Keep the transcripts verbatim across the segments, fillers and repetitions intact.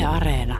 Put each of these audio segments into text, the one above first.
Areena.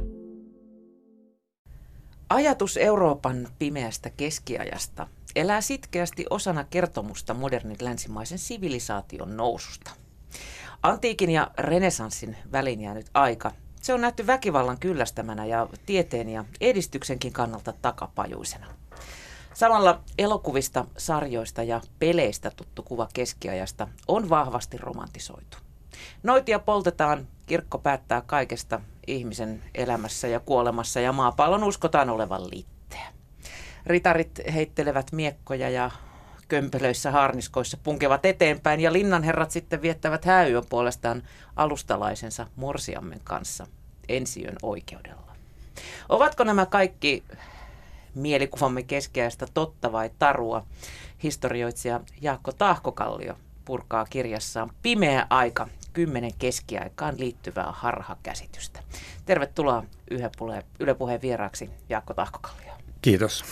Ajatus Euroopan pimeästä keskiajasta elää sitkeästi osana kertomusta modernin länsimaisen sivilisaation noususta. Antiikin ja renessanssin väliin jäänyt aika, se on nähty väkivallan kyllästämänä ja tieteen ja edistyksenkin kannalta takapajuisena. Samalla elokuvista, sarjoista ja peleistä tuttu kuva keskiajasta on vahvasti romantisoitu. Noitia poltetaan, kirkko päättää kaikesta ihmisen elämässä ja kuolemassa ja maapallon uskotaan olevan litteä. Ritarit heittelevät miekkoja ja kömpelöissä harniskoissa punkevat eteenpäin ja linnanherrat sitten viettävät hääyön puolestaan alustalaisensa morsiammen kanssa ensiyön oikeudella. Ovatko nämä kaikki mielikuvamme keskiajasta totta vai tarua? Historioitsija Jaakko Tahkokallio purkaa kirjassaan Pimeä aika, kymmenen keskiaikaan liittyvää harhakäsitystä. Tervetuloa Yle Puheen vieraaksi, Jaakko Tahkokallio. Kiitos.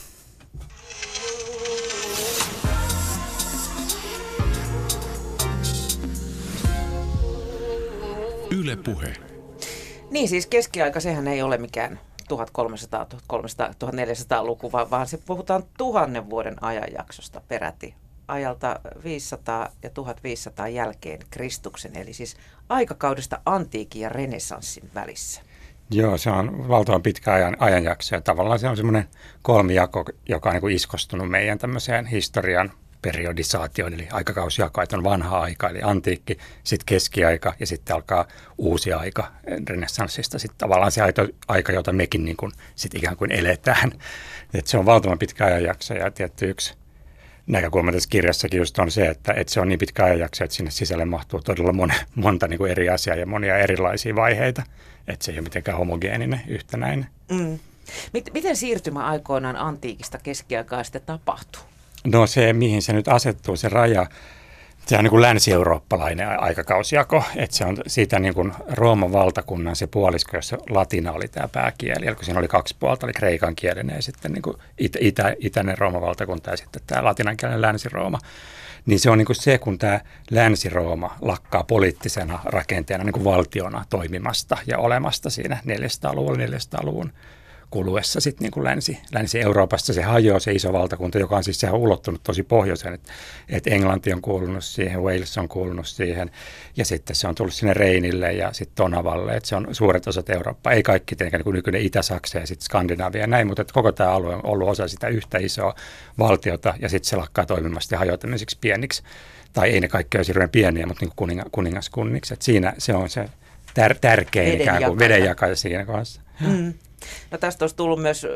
Yle Puhe. Niin siis keskiaika, sehän ei ole mikään tuhatkolmesataa, tuhatkolmesataa, tuhatneljäsataa-luku, vaan se puhutaan tuhannen vuoden ajanjaksosta peräti. Ajalta viisisataa ja tuhatviisisataa jälkeen Kristuksen, eli siis aikakaudesta antiikin ja renessanssin välissä. Joo, se on valtavan pitkä ajan, ajanjakso ja tavallaan se on semmoinen kolmijako, joka on niin kuin iskostunut meidän tämmöiseen historian periodisaatioon, eli aikakausjako, että on vanha aika, eli antiikki, sitten keskiaika ja sitten alkaa uusi aika renessanssista. Sitten tavallaan se aika, jota mekin niin kuin sit ikään kuin eletään. Et se on valtavan pitkä ajanjakso ja tietty yksi näkökulma tässä kirjassakin just on se, että, että se on niin pitkä ajanjakso, että sinne sisälle mahtuu todella mon, monta niin kuin eri asiaa ja monia erilaisia vaiheita, että se ei ole mitenkään homogeeninen yhtenäinen. Mm. Miten siirtymä aikoinaan antiikista keskiaikaa sitten tapahtuu? No se, mihin se nyt asettuu, se raja, se on niin kuin länsi-eurooppalainen aikakausjako, että se on siitä niin kuin Rooman valtakunnan se puolisko, jossa latina oli tämä pääkieli, eli kun siinä oli kaksi puolta, oli kreikan kielinen ja sitten niin kuin itä, itä, itäinen Rooman valtakunta ja sitten tämä latinankielinen länsi-Rooma. Niin se on niin kuin se, kun tämä länsi-Rooma lakkaa poliittisena rakenteena niin kuin valtiona toimimasta ja olemasta siinä neljäsataa-luvulla, neljäsataa-luvun kuluessa sitten niin kuin länsi, Länsi-Euroopassa se hajoaa se iso valtakunta, joka on siis sehän ulottunut tosi pohjoiseen, että et Englanti on kuulunut siihen, Wales on kuulunut siihen ja sitten se on tullut sinne Reinille ja sitten Tonavalle, että se on suuret osat Eurooppaa, ei kaikki tietenkään niin kuin nykyinen Itä-Saksa ja sitten Skandinavia ja näin, mutta että koko tämä alue on ollut osa sitä yhtä isoa valtiota ja sitten se lakkaa toimimasta ja hajoaa tämmöisiksi pieniksi, tai ei ne kaikki olisi hirveän pieniä, mutta niin kuin kuninga, kuningaskunniksi, että siinä se on se tär, tärkein ikään kuin vedenjakaja siinä kohdassa. Mm. No tästä olisi tullut myös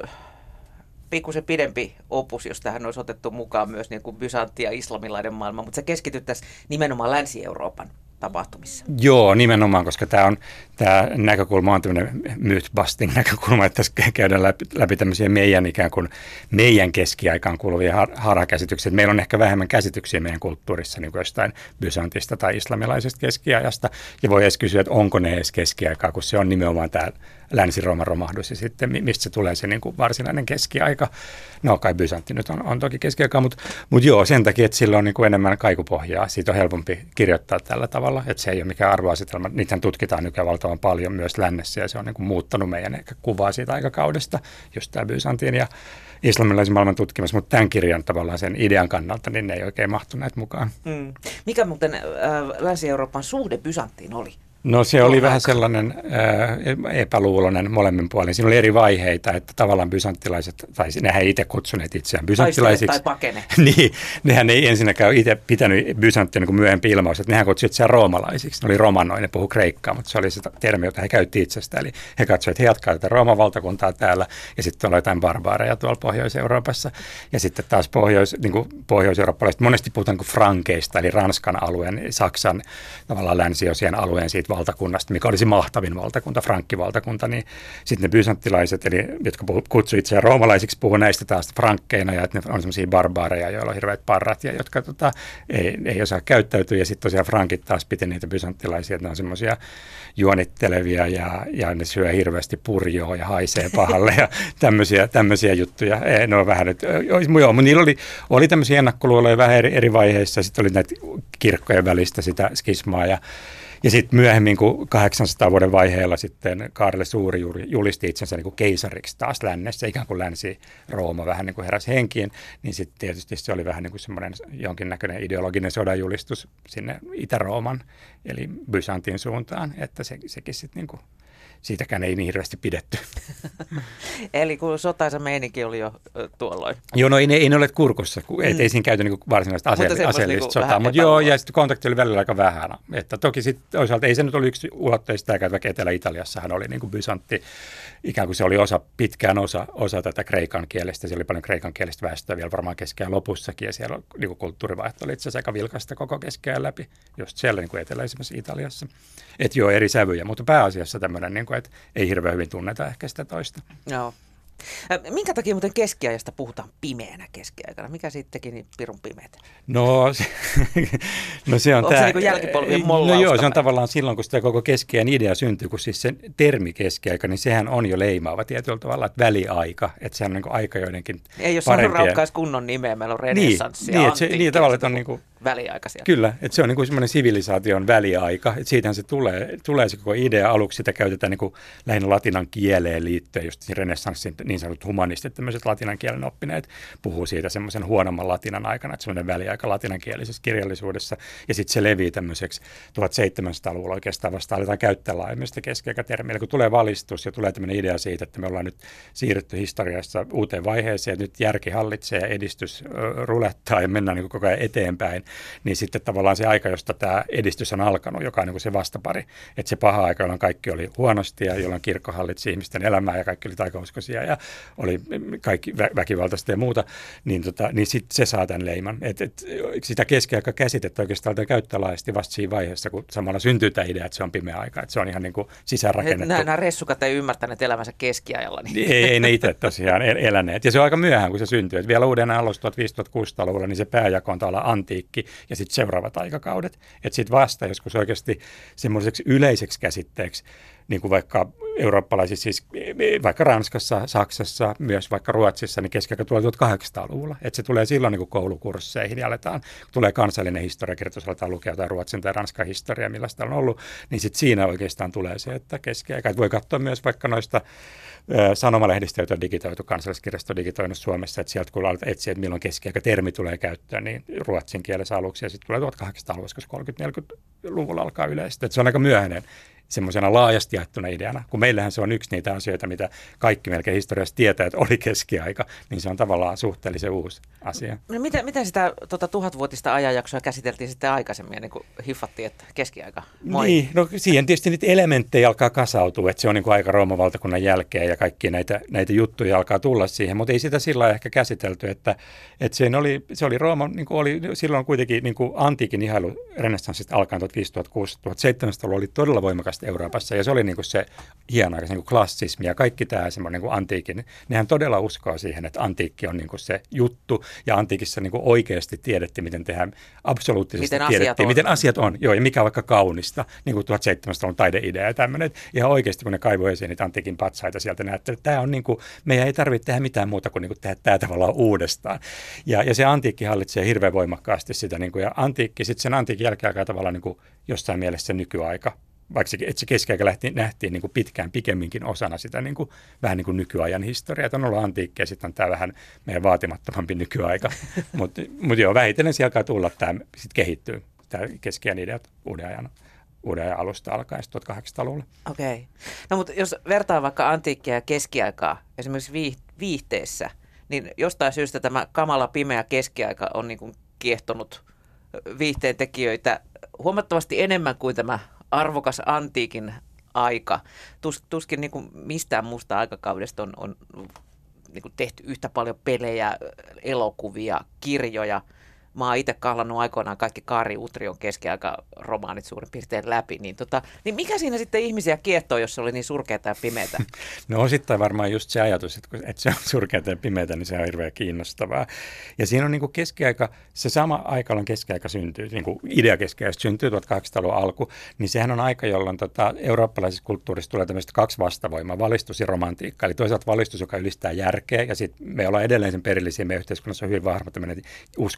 pikkusen pidempi opus, jos tähän olisi otettu mukaan myös niin kuin Bysantti ja islamilainen maailma, mutta se keskityttäisiin nimenomaan Länsi-Euroopan tapahtumissa. Joo, nimenomaan, koska tämä, on, tämä näkökulma on tämmöinen myth-busting näkökulma, että tässä käydään läpi, läpi tämmöisiä meidän ikään kuin meidän keskiaikaan kuuluvia har- harakäsityksiä. Meillä on ehkä vähemmän käsityksiä meidän kulttuurissa niin kuin jostain Bysantista tai islamilaisesta keskiajasta, ja voi edes kysyä, että onko ne edes keskiaikaa, kun se on nimenomaan tämä Länsi-Rooman romahdus, ja sitten mistä se tulee se niin kuin varsinainen keskiaika. No kai Bysantti nyt on, on toki keskiaikaa, mutta, mutta joo, sen takia, että sillä on niin kuin enemmän kaikupohjaa. Siitä on helpompi kirjoittaa tällä tavalla, että se ei ole mikään arvoasetelma. Niitähän tutkitaan nykyään valtavan paljon myös lännessä, ja se on niin kuin muuttanut meidän ehkä kuvaa siitä aikakaudesta, just tämä Bysantin ja islamilaisen maailman tutkimassa, mutta tämän kirjan tavallaan sen idean kannalta, niin ne ei oikein mahtuneet mukaan. Mm. Mikä muuten äh, Länsi-Euroopan suhde Bysanttiin oli? No se oli vähän sellainen äh, epäluuloinen molemmin puolin. Siinä oli eri vaiheita, että tavallaan bysanttilaiset, tai nehän ei itse kutsuneet itseään bysanttilaisiksi. Tai pakene. Niin, nehän ei ensinnäkään ole itse pitänyt Bysanttia niin kuin myöhempi ilmaus, että nehän kutsuivat itseään roomalaisiksi. Ne oli romanoi, ne puhui kreikkaa, mutta se oli se termi, jota he käytti itsestä. Eli he katsoivat, että he jatkaa tätä Rooman valtakuntaa täällä, ja sitten tuolla jotain barbaareja tuolla Pohjois-Euroopassa. Ja sitten taas Pohjois, niin kuin pohjois-eurooppalaiset, monesti puhutaan niin kuin frankeista, eli Ranskan alueen, Saksan tavallaan länsiosien alueen siitä valtakunnasta, mikä olisi mahtavin valtakunta, frankkivaltakunta, niin sitten ne bysanttilaiset, eli jotka kutsuivat itseään roomalaisiksi, puhuu näistä taas frankkeina, ja että ne on semmoisia barbaareja, joilla on hirveät parrat, ja jotka tota, ei, ei osaa käyttäytyä, ja sitten tosiaan frankit taas piti niitä bysanttilaisia, että ne on semmoisia juonittelevia, ja, ja ne syö hirveästi purjoa, ja haisee pahalle, ja tämmöisiä, tämmöisiä juttuja. Ei, ne on vähän nyt, joo, mutta niillä oli, oli tämmöisiä ennakkoluuloja vähän eri, eri vaiheissa, sitten oli näitä kirkkojen välistä sitä skismaa, ja Ja sitten myöhemmin, kun kahdeksansadan vuoden vaiheella sitten Kaarle Suuri julisti itsensä niin kuin keisariksi taas lännessä, ikään kuin Länsi-Rooma vähän niin kuin heräsi henkiin, niin sitten tietysti se oli vähän niin kuin semmoinen jonkinnäköinen ideologinen sodanjulistus sinne Itä-Rooman, eli Byzantin suuntaan, että se, sekin sitten niin kuin siitäkään ei niin hirveästi pidetty. Eli kun sotaisa meininki oli jo tuolloin. Joo, no ei ne, ei ne ole kurkussa, kun, mm. ei siinä käyty niin varsinaista ase- aseellista niinku sotaa, mutta joo, ja sitten kontakti oli välillä aika vähän. Että toki sitten toisaalta ei se nyt ollut yksi ulotteista, eikä vaikka Etelä-Italiassahan oli niin kuin Byzantti, ikään kuin se oli osa, pitkään osa, osa tätä kreikan kielestä, siellä oli paljon kreikan kielistä väestöä vielä varmaan keskeään lopussakin, ja siellä niin kuin kulttuurivaihto oli itse asiassa aika vilkasta koko keskeään läpi, just siellä niin kuin eteläisemmässä Italiassa. Että joo, eri sävyjä, mutta pääasiassa tämmöinen, niin kuin, että ei hirveän hyvin tunneta ehkä sitä toista. Joo. Minkä takia muuten keskiajasta puhutaan pimeänä keskiaikana? Mikä siitä teki niin pirun pimeätä? No, se, no se on Onko tämä. se niin jälkipolvien mollausta? No joo, se on tavallaan silloin, kun sitä koko keskiajan idea syntyy, kun siis se termi keskiaika, niin sehän on jo leimaava tietyllä tavalla, että väliaika, että sehän on niin kuin aika joidenkin ei jos parempien. sanonut raukkaisi kunnon nimeä, meillä on renessanssi niin, ja niin, se, niin tavallaan, että on niin kuin väliaikaisia. Kyllä, että se on niin kuin semmoinen sivilisaation väliaika, että siitähän se tulee, tulee se koko idea. Aluksi sitä käytetään niin kuin lähinnä latinan kieleen liittyen, just renessanssin niin sanotut humanistit, tämmöiset latinan kielen oppineet puhuu siitä semmoisen huonomman latinan aikana, että semmoinen väliaika latinankielisessä kirjallisuudessa, ja sitten se levii tämmöiseksi tuhatseitsemänsataaluvulla oikeastaan vasta aletaan käyttää laajemmista keskiaikatermiä. Kun tulee valistus ja tulee tämmöinen idea siitä, että me ollaan nyt siirrytty historiassa uuteen vaiheeseen, että nyt järki hallitsee ja edistys rulettaa ja mennään niin kuin koko ajan eteenpäin, niin sitten tavallaan se aika, josta tämä edistys on alkanut, joka on niin kuin se vastapari, että se paha aika, jolloin kaikki oli huonosti ja jolloin kirkko hallitsi ihmisten elämää ja kaikki oli taikauskoisia ja oli kaikki vä- väkivaltaista ja muuta, niin, tota, niin sitten se saa tämän leiman. Et, et, sitä keskiaikakäsitettä oikeastaan aletaan käyttää laajasti vasta siinä vaiheessa, kun samalla syntyy tämä idea, että se on pimeä aika, että se on ihan niin kuin sisäänrakennettu. Nämä, nämä ressukat ei ymmärtäneet elämänsä keskiajalla. Niin. Ei, ei ne itse tosiaan el- eläneet. Ja se on aika myöhään, kun se syntyy. Et vielä uuden alussa tuhatviisisataa-tuhatkuusisataaluvulla, niin se pääjako on tavallaan antiikki ja sitten seuraavat aikakaudet. Että sitten vasta joskus oikeasti semmoiseksi yleiseksi käsitteeksi, niin kuin vaikka eurooppalaisissa, siis vaikka Ranskassa, Saksassa, myös vaikka Ruotsissa, niin keskiaika tulee tuhatkahdeksansataaluvulla. Että se tulee silloin niin kuin koulukursseihin ja aletaan, kun tulee kansallinen historiakirjoitus, aletaan lukea jotain Ruotsin tai Ranskan historiaa, millaista on ollut, niin sitten siinä oikeastaan tulee se, että keskiaika. Että voi katsoa myös vaikka noista ö, sanomalehdistä, joita on digitoitu, Kansalliskirjasto on digitoinut Suomessa, että sieltä kun aletaan etsiä, että milloin keskiaikatermi tulee käyttöön, niin ruotsin kielessä aluksi ja sitten tulee tuhatkahdeksansataaluvulla, koska kolmekymmentä-neljäkymmentäluvulla alkaa yleisesti. Että se on aika myöhäinen semmoisena laajasti jaettuna ideana, kun meillähän se on yksi niitä asioita, mitä kaikki melkein historiassa tietää, että oli keskiaika, niin se on tavallaan suhteellisen uusi asia. No miten, miten sitä tota, tuhatvuotista ajanjaksoa käsiteltiin sitten aikaisemmin, niin kuin hiffattiin, että keskiaika? Moi. Niin, no siihen tietysti niitä elementtejä alkaa kasautua, että se on niin kuin aika Rooman valtakunnan jälkeen ja kaikki näitä, näitä juttuja alkaa tulla siihen, mutta ei sitä sillä lailla ehkä käsitelty, että, että se oli, se oli Rooma, niin kuin oli silloin kuitenkin niin kuin antiikin ihailu renessanssista alkaen tuhatviisisataa-tuhatkuusisataa-tuhatseitsemänsataa oli todella voimakasta Euroopassa, ja se oli niin kuin se hieno aika, se niin kuin klassismi ja kaikki tämä semmoinen niin kuin antiikin. Nehän todella uskoo siihen, että antiikki on niin kuin se juttu, ja antiikissa niin kuin oikeasti tiedettiin, miten tehdään, absoluuttisesti miten tiedettiin, asiat miten asiat on, joo, ja mikä on vaikka kaunista, niin kuin tuhatseitsemänsadan taideidea ja tämmöinen. Ihan oikeasti, kun ne kaivoi esiin niitä antiikin patsaita sieltä, näette, että tämä on niin kuin, meidän ei tarvitse tehdä mitään muuta kuin, niin kuin tehdä tämä tavallaan uudestaan. Ja, ja se antiikki hallitsee hirveän voimakkaasti sitä, niin kuin, ja antiikki, sitten sen antiikin jälkeen alkaa tavallaan niin kuin jossain mielessä se nykyaika. Vaikka se, että se keskiaika lähti, nähtiin niin kuin pitkään pikemminkin osana sitä niin kuin, vähän niin kuin nykyajan historiaa. Että on ollut antiikki ja sitten on tämä vähän meidän vaatimattomampi nykyaika. Mutta mut joo, vähitellen siellä alkaa tulla tämä, sitten kehittyy tämä keskiajan ideat uuden ajan, uuden ajan alusta alkaen tuhatkahdeksansataaluvulla. Okei. Okay. No mutta jos vertaa vaikka antiikkia ja keskiaikaa, esimerkiksi viihteessä, niin jostain syystä tämä kamala pimeä keskiaika on niin kuin kiehtonut viihteen tekijöitä huomattavasti enemmän kuin tämä arvokas antiikin aika. Tus, tuskin niin kuin mistään muusta aikakaudesta on, on niin kuin tehty yhtä paljon pelejä, elokuvia, kirjoja. Mä oon itse kahlannut aikoinaan kaikki Kaari Utrion keskiaikaromaanit suurin piirtein läpi. Niin, tota, niin mikä siinä sitten ihmisiä kiehtoo, jos se oli niin surkeata ja pimeätä? No osittain varmaan just se ajatus, että, kun, että se on surkeata ja pimeätä, niin se on hirveän kiinnostavaa. Ja siinä on niin kuin keskiaika, se sama aika, jolloin keskiaika syntyy, niin kuin idea keskiaika syntyy tuhatkahdeksansataaluvun alku, niin sehän on aika, jolloin tota, eurooppalaisessa kulttuurissa tulee tämmöistä kaksi vastavoimaa, valistus ja romantiikka. Eli toisaalta valistus, joka ylistää järkeä, ja sitten me ollaan edelleen sen perillisiä, meidän yhteiskunnassa on hyvin vahva tämmöinen usko järkeä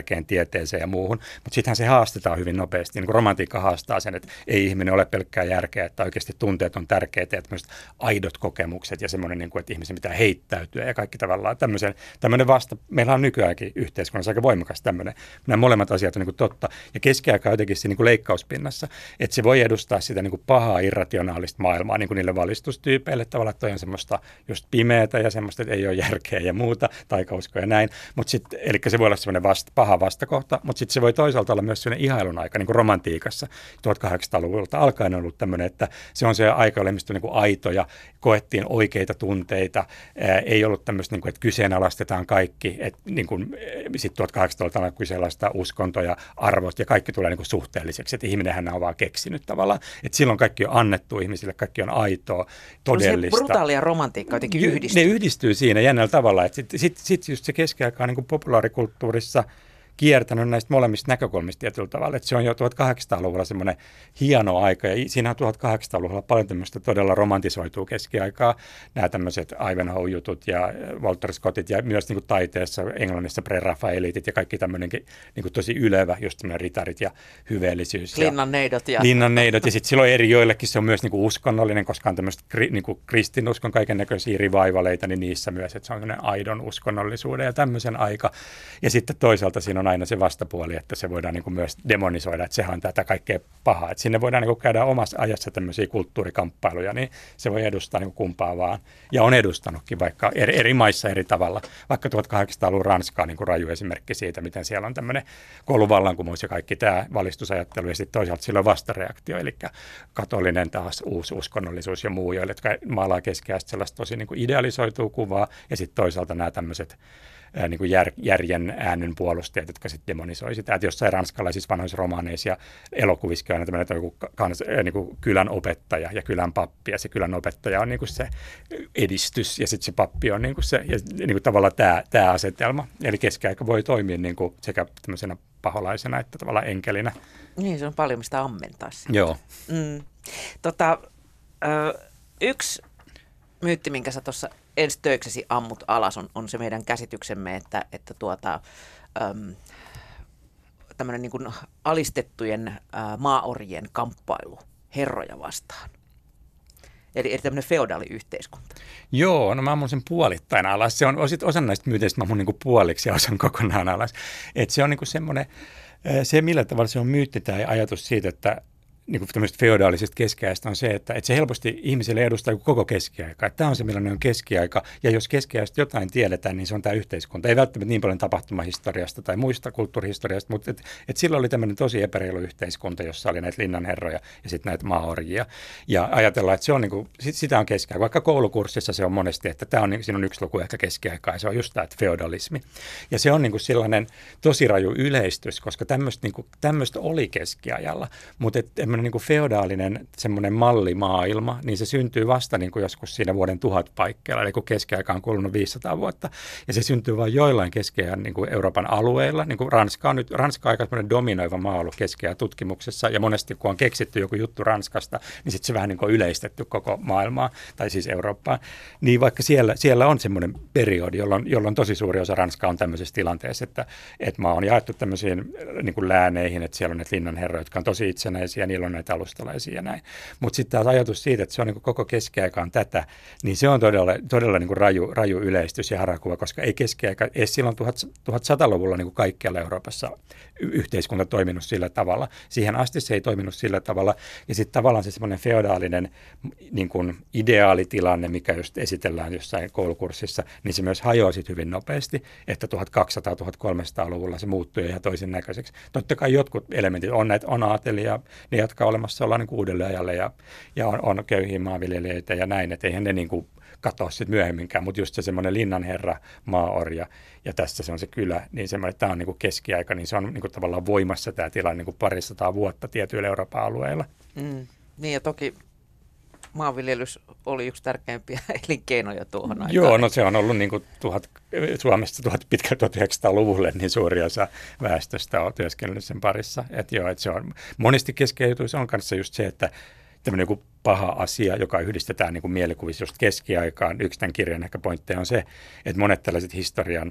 järkeen, tieteeseen ja muuhun, mutta sittenhän se haastetaan hyvin nopeasti. Niin kuin romantiikka haastaa sen, että ei ihminen ole pelkkää järkeä, että oikeasti tunteet on tärkeitä ja tämmöiset aidot kokemukset ja semmoinen, niin kuin, että ihmisen pitää heittäytyä ja kaikki tavallaan tämmöisen, tämmöinen vasta. Meillä on nykyäänkin yhteiskunnassa aika voimakas tämmöinen. Nämä molemmat asiat on niin kuin totta. Ja keskiaika on jotenkin siinä niin kuin leikkauspinnassa, että se voi edustaa sitä niin kuin pahaa irrationaalista maailmaa niin kuin niille valistustyypeille. Tavallaan toi on semmoista just pimeätä ja semmoista, että ei ole järkeä ja muuta, taikauskoa ja näin. Mut sit, eli se voi olla semmoinen vasta, paha vastakohta, mutta sitten se voi toisaalta olla myös semmoinen ihailun aika, niin kuin romantiikassa. tuhatkahdeksansataaluvulta alkaen on ollut tämmöinen, että se on se aika, jolla mistä niin kuin aitoja, koettiin oikeita tunteita, ää, ei ollut tämmöistä, niin kuin, että kyseenalaistetaan kaikki, että niin kuin, sitten tuhatkahdeksansataaluvulta alkaen kyseenalaistaa uskontoja, arvot ja kaikki tulee niin kuin suhteelliseksi, että ihminenhän on vaan keksinyt tavallaan, että silloin kaikki on annettu ihmisille, kaikki on aitoa, todellista. Se brutaalia romantiikka jotenkin yhdistyy. Ne yhdistyy siinä jännällä tavalla, että sitten sit, sit just se keskiaika on niin kuin populaarikulttuurissa kiertänyt näistä molemmista näkökulmista tietyllä tavalla, että se on jo tuhatkahdeksansataaluvulla semmoinen hieno aika, ja siinä on tuhatkahdeksansataaluvulla paljon tämmöistä todella romantisoituu keskiaikaa, nämä tämmöiset Ivanhoe-jutut ja Walter Scottit, ja myös niin kuin taiteessa, Englannissa prerafaelitit ja kaikki tämmöinenkin niin kuin tosi ylevä, just tämmöinen ritarit ja hyveellisyys. Linnanneidot. Ja Linnanneidot, ja sitten silloin eri joillekin se on myös niin kuin uskonnollinen, koska on tämmöistä niin kuin kristinuskon kaiken näköisiä rivivaleita, niin niissä myös, että se on semmoinen aidon uskonnollisuuden ja tämmöisen aika, ja sitten toisaalta siinä on aina se vastapuoli, että se voidaan niin kuin myös demonisoida, että sehän on tätä kaikkea pahaa. Että sinne voidaan niin kuin käydä omassa ajassa tämmöisiä kulttuurikamppailuja, niin se voi edustaa niin kuin kumpaa vaan. Ja on edustanutkin vaikka eri, eri maissa eri tavalla. Vaikka tuhatkahdeksansataaluvun Ranska on niin kuin raju esimerkki siitä, miten siellä on tämmöinen kouluvallankumous ja kaikki tämä valistusajattelu. Ja sitten toisaalta sillä on vastareaktio, eli katolinen taas uusi uskonnollisuus ja muu, jotka maalaa keskiajasta sellaista tosi niin kuin idealisoituu kuvaa. Ja sitten toisaalta nämä tämmöiset niin kuin jär, järjen äänen puolustajat, jotka sitten demonisoi sitä. Että jossain ranskalaisissa vanhoissa romaaneissa ja elokuvissa on tämmöinen joku kans, niin kuin kylän opettaja ja kylän pappi, ja se kylän opettaja on niin kuin se edistys, ja sitten se pappi on niin kuin se, ja niin kuin tavallaan tämä, tämä asetelma. Eli keskiaika voi toimia niin kuin sekä tämmöisenä paholaisena että tavallaan enkelinä. Niin, se on paljon mistä ammentaa sitä. Joo. Mm. Tota, ö, yksi myytti, minkä sä tuossa ensi töiksesi ammut alas, on, on se meidän käsityksemme, että, että tuota, äm, tämmöinen niin kuin alistettujen ä, maaorjien kamppailu herroja vastaan. Eli, eli tämmöinen feodaaliyhteiskunta. Joo, no mä ammun sen puolittain alas. Se on osan näistä myyteistä mä ammun niin kuin puoliksi ja osan kokonaan alas. Että se on niin kuin semmoinen, se millä tavalla se on myytti tai ajatus siitä, että niin kuin tämmöistä feodaalisesta keskiajasta on se, että, että se helposti ihmisille edustaa koko keskiaika. Että tämä on se, millainen on keskiaika, ja jos keskiajasta jotain tiedetään, niin se on tämä yhteiskunta. Ei välttämättä niin paljon tapahtumahistoriasta tai muista kulttuurihistoriasta, mutta et, et silloin oli tämmöinen tosi epäreilu yhteiskunta, jossa oli näitä linnanherroja ja sitten näitä maaorjia. Ja ajatellaan, että se on niin kuin, sitä on keskiaika. Vaikka koulukurssissa se on monesti, että tämä on, siinä on yksi luku ehkä keskiaikaa, ja se on just tämä, että feodalismi. Ja se on niin kuin sellainen tosi raju yleistys, koska tämmöistä, niin kuin, tämmöistä oli keskiajalla, mutta niin kuin feodaalinen semmoinen mallimaailma, niin se syntyy vasta niin kuin joskus siinä vuoden tuhat paikkeilla, eli kun keskiaika on kulunut viisisataa vuotta, ja se syntyy vain joillain keskiajan niin kuin Euroopan alueilla, niin kuin Ranska on nyt, Ranska on aika semmoinen dominoiva maa ollut keskiajan tutkimuksessa, ja monesti kun on keksitty joku juttu Ranskasta, niin sitten se vähän niin kuin yleistetty koko maailmaa, tai siis Eurooppaan, niin vaikka siellä, siellä on semmoinen periodi, jolloin, jolloin tosi suuri osa Ranskaa on tämmöisessä tilanteessa, että, että maa on jaettu tämmöisiin niin kuin lääneihin, että siellä on näitä linnanherroja, jotka on tosi itsenäisiä, niillä on näitä alustalaisia ja näin. Mutta sitten taas ajatus siitä, että se on niin koko keskiaikaan tätä, niin se on todella, todella niin raju, raju yleistys ja harakuva, koska ei keskiaika, ei silloin tuhatsataluvulla niin kaikkialla Euroopassa yhteiskunta toiminut sillä tavalla. Siihen asti se ei toiminut sillä tavalla. Ja sitten tavallaan se semmoinen feodaalinen niin kuin ideaalitilanne, mikä just esitellään jossain koulukurssissa, niin se myös hajoaa sitten hyvin nopeasti, että tuhatkaksisataa-tuhatkolmesataaluvulla se muuttui ihan toisen näköiseksi. Totta kai jotkut elementit on näitä, on aatelia, ne jatkaa olemassa ollaan niin uudelle ajalle ja, ja on, on köyhiä maanviljelijöitä ja näin, että eihän ne niin kuin katoa sitten myöhemminkään, mutta just se semmoinen linnanherra, maaorja ja tässä se on se kylä, niin semmoinen, että tämä on niin kuin keskiaika, niin se on niin kuin tavallaan voimassa tämä tilanne niin kuin parisataa vuotta tietyillä Euroopan alueilla. Mm, niin ja toki maanviljelys oli yksi tärkeimpiä elinkeinoja tuohon aikaan. Joo, no se on ollut niin kuin tuhat, Suomessa tuhat, pitkältä tuhatyhdeksänsataaluvulle, niin suuri osa väestöstä on työskennellyt sen parissa. Että joo, että se on monesti keskeinen on kanssa just se, että tämmöinen joku paha asia, joka yhdistetään niin kuin mielikuvissa just keskiaikaan. Yksi tämän kirjan ehkä pointteja on se, että monet tällaiset historian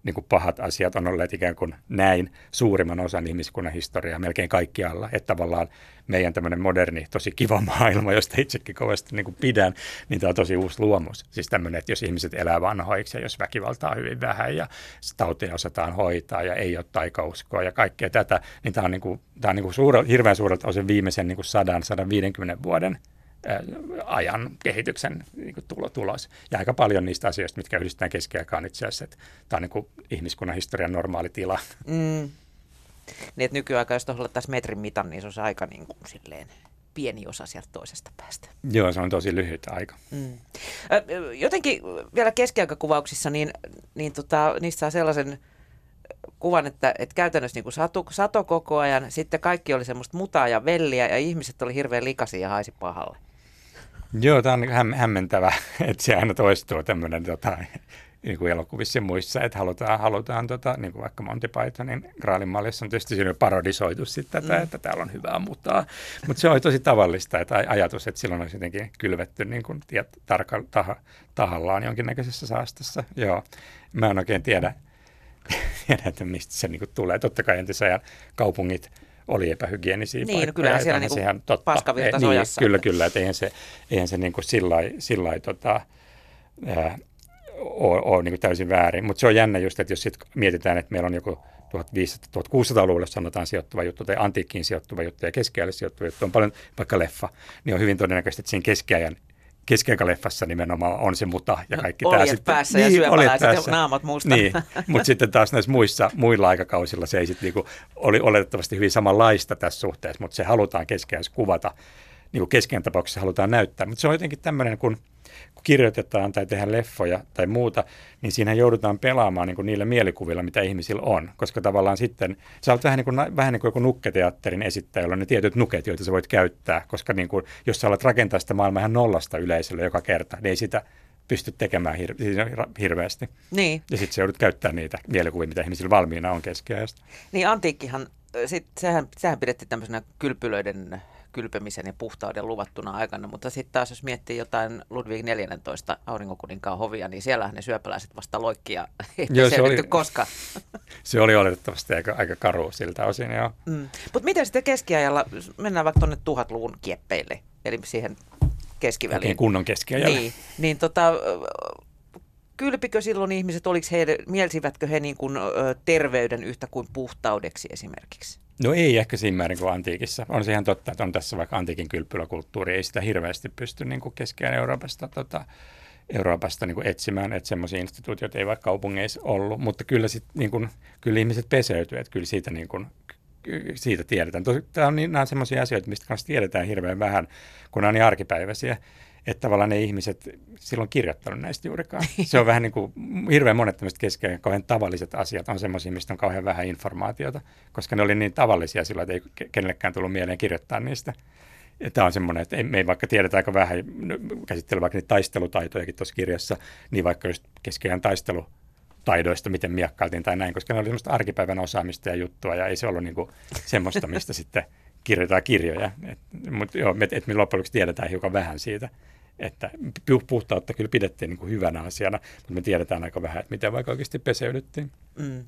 niin kuin pahat asiat on olleet ikään kuin näin suurimman osan ihmiskunnan historiaa melkein kaikkialla, että tavallaan meidän tämmöinen moderni, tosi kiva maailma, josta itsekin kovasti niin kuin pidän, niin tämä on tosi uusi luomus. Siis tämmöinen, että jos ihmiset elää vanhoiksi ja jos väkivaltaa on hyvin vähän ja tauteja osataan hoitaa ja ei ole taikauskoa ja kaikkea tätä, niin tämä on, niin kuin, tämä on niin kuin suure, hirveän suurelta osin viimeisen niin kuin sadan, sadan viidenkymmenen vuoden ajan kehityksen niin kuin tulos. Ja aika paljon niistä asioista, mitkä yhdistetään keskiaikaan itse asiassa, että tämä on niin kuin ihmiskunnan historian normaali tila. Mm. Niin, että nykyaika, jos tuolla taas metrin mitan, niin se olisi aika niin kuin silleen pieni osa sieltä toisesta päästä. Joo, se on tosi lyhyt aika. Mm. Jotenkin vielä keskiaikakuvauksissa, niin, niin tota, niistä saa sellaisen kuvan, että, että käytännössä niin kuin sato, sato koko ajan, sitten kaikki oli semmoista mutaa ja velliä ja ihmiset oli hirveän likaisia ja haisi pahalle. Joo, tämä on häm, hämmentävä, että se aina toistuu tämmöinen tota, niin kuin elokuvissa ja muissa, että halutaan, halutaan tota, niin kuin vaikka Monty Pythonin Graalin mallissa on tietysti siinä parodisoitu sitten tätä, mm. että täällä on hyvää mutaa, mutta se on tosi tavallista, että ajatus, että silloin olisi jotenkin kylvetty niin kuin tiet, tarka, taha, tahallaan jonkinnäköisessä saastassa. Joo, mä en oikein tiedä, tiedä että mistä se niin kuin tulee. Totta kai entisajan kaupungit oli epähygienisiä niin, paikkoja. No kyllähän siellä niin paskavirta sojassa. Niin, kyllä, kyllä, että eihän se, eihän se niin kuin sillä lailla tota, ole, ole niin kuin täysin väärin. Mutta se on jännä just, että jos sit mietitään, että meillä on joku tuhatviisisataa-tuhatkuusisataaluvulle sanotaan sijoittuva juttu tai antiikkiin sijoittuva juttu ja keskiajalle sijoittuva juttu, on paljon vaikka leffa, niin on hyvin todennäköistä, että siinä keskiajan keskiaikaleffassa nimenomaan on se muta ja kaikki no, tämä sitten. Päässä niin, ja syöpäläiset ja naamat musta. Niin, mutta sitten taas näissä muissa, muilla aikakausilla se ei sitten niinku, oli oletettavasti hyvin samanlaista tässä suhteessa, mutta se halutaan keskiajassa kuvata, niin kuin keskiajan tapauksessa halutaan näyttää. Mutta se on jotenkin tämmöinen, kun, kun kirjoitetaan tai tehdään leffoja tai muuta, niin siinä joudutaan pelaamaan niin kuin niillä mielikuvilla, mitä ihmisillä on. Koska tavallaan sitten, sä olet vähän niin kuin, vähän niin kuin joku nukketeatterin esittäjä, jolla on ne tietyt nuket, joita sä voit käyttää. Koska niin kuin, jos sä alat rakentaa sitä maailmaa ihan nollasta yleisölle joka kerta, niin ei sitä pysty tekemään hir- hirveästi. Niin. Ja sitten sä joudut käyttämään niitä mielikuvia, mitä ihmisillä valmiina on keskiajasta. Niin antiikkihan, sit, sehän, sehän pidettiin tämmöisenä kylpylöiden kylpemisen ja puhtauden luvattuna aikana, mutta sitten taas jos miettii jotain Ludwig neljästoista aurinkokuninkaan hovia, niin siellähän ne syöpäläiset vasta loikki ja ei selvitty koskaan. Se oli oletettavasti aika, aika karu siltä osin, joo. Mm. Mutta miten sitten keskiajalla, mennään vaikka tuonne tuhatluvun kieppeille, eli siihen keskiväliin. Oikein kunnon keskiajalle. Niin, niin tota, kylpikö silloin ihmiset, oliko he, mielsivätkö he niin kuin, ö, terveyden yhtä kuin puhtaudeksi esimerkiksi? No ei ehkä siinä määrin kuin antiikissa. On se ihan totta, että on tässä vaikka antiikin kylpyläkulttuuri. Ei sitä hirveästi pysty niin kuin keskiajan Euroopasta, tota, Euroopasta niin kuin etsimään, että semmoisia instituutioita ei vaikka kaupungeissa ollut. Mutta kyllä, sit, niin kuin, kyllä ihmiset peseytyy, että kyllä siitä, niin kuin, siitä tiedetään. Tämä on, nämä on semmoisia asioita, mistä kanssa tiedetään hirveän vähän, kun nämä on niin arkipäiväisiä. Että tavallaan ne ihmiset silloin kirjoittanut näistä juurikaan. Se on vähän niin kuin, hirveän monet tämmöiset keskeinen, kauhean tavalliset asiat on semmoisia, mistä on kauhean vähän informaatiota, koska ne oli niin tavallisia silloin, että ei kenellekään tullut mieleen kirjoittaa niistä. Ja tämä on semmoinen, että ei, me ei vaikka tiedetä aika vähän, käsittelen vaikka niitä taistelutaitojakin tuossa kirjassa, niin vaikka just keskeinen taistelutaidoista, miten miekkailtiin tai näin, koska ne oli semmoista arkipäivän osaamista ja juttua, ja ei se ollut niin kuin semmoista, mistä sitten kirjoitetaan kirjoja. Mutta joo, että et me loppujen lopuksi tiedetään hiukan vähän siitä, että puhtautta kyllä pidettiin niin kuin hyvänä asiana, mutta me tiedetään aika vähän, että miten vaikka oikeasti peseydyttiin. Mm.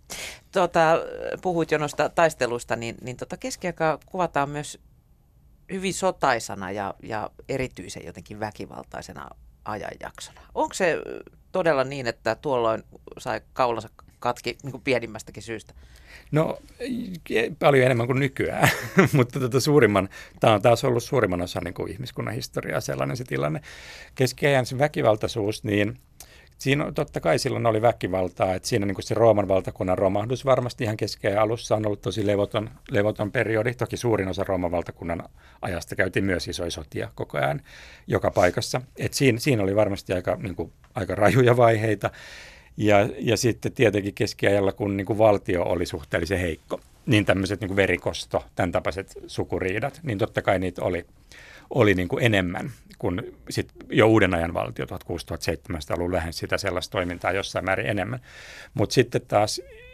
Tota, puhuit jo noista taisteluista, niin, niin tota keskiaikaa kuvataan myös hyvin sotaisana ja, ja erityisen jotenkin väkivaltaisena ajanjaksona. Onko se todella niin, että tuolloin sai kaulansa katki niin kuin pienimmästäkin syystä? No paljon enemmän kuin nykyään, mutta tota suurimman, tämä on taas ollut suurimman osan niin kuin ihmiskunnan historiaa sellainen se tilanne. Keskiajan se väkivaltaisuus, niin siinä totta kai silloin oli väkivaltaa, että siinä niin kuin se Rooman valtakunnan romahdus varmasti ihan keskiajan alussa on ollut tosi levoton, levoton periodi. Toki suurin osa Rooman valtakunnan ajasta käytiin myös isoja sotia koko ajan joka paikassa. Et siinä, siinä oli varmasti aika, niin kuin, aika rajuja vaiheita. Ja, ja sitten tietenkin keskiajalla, kun niin kuin valtio oli suhteellisen heikko, niin tämmöiset niin kuin verikosto, tämän tapaiset sukuriidat, niin totta kai niitä oli, oli niin kuin enemmän kuin sit jo uuden ajan valtio, tuhatkuusisataaseitsemäntoista-luvun lähes sitä sellaista toimintaa jossain määrin enemmän. Mutta sitten taas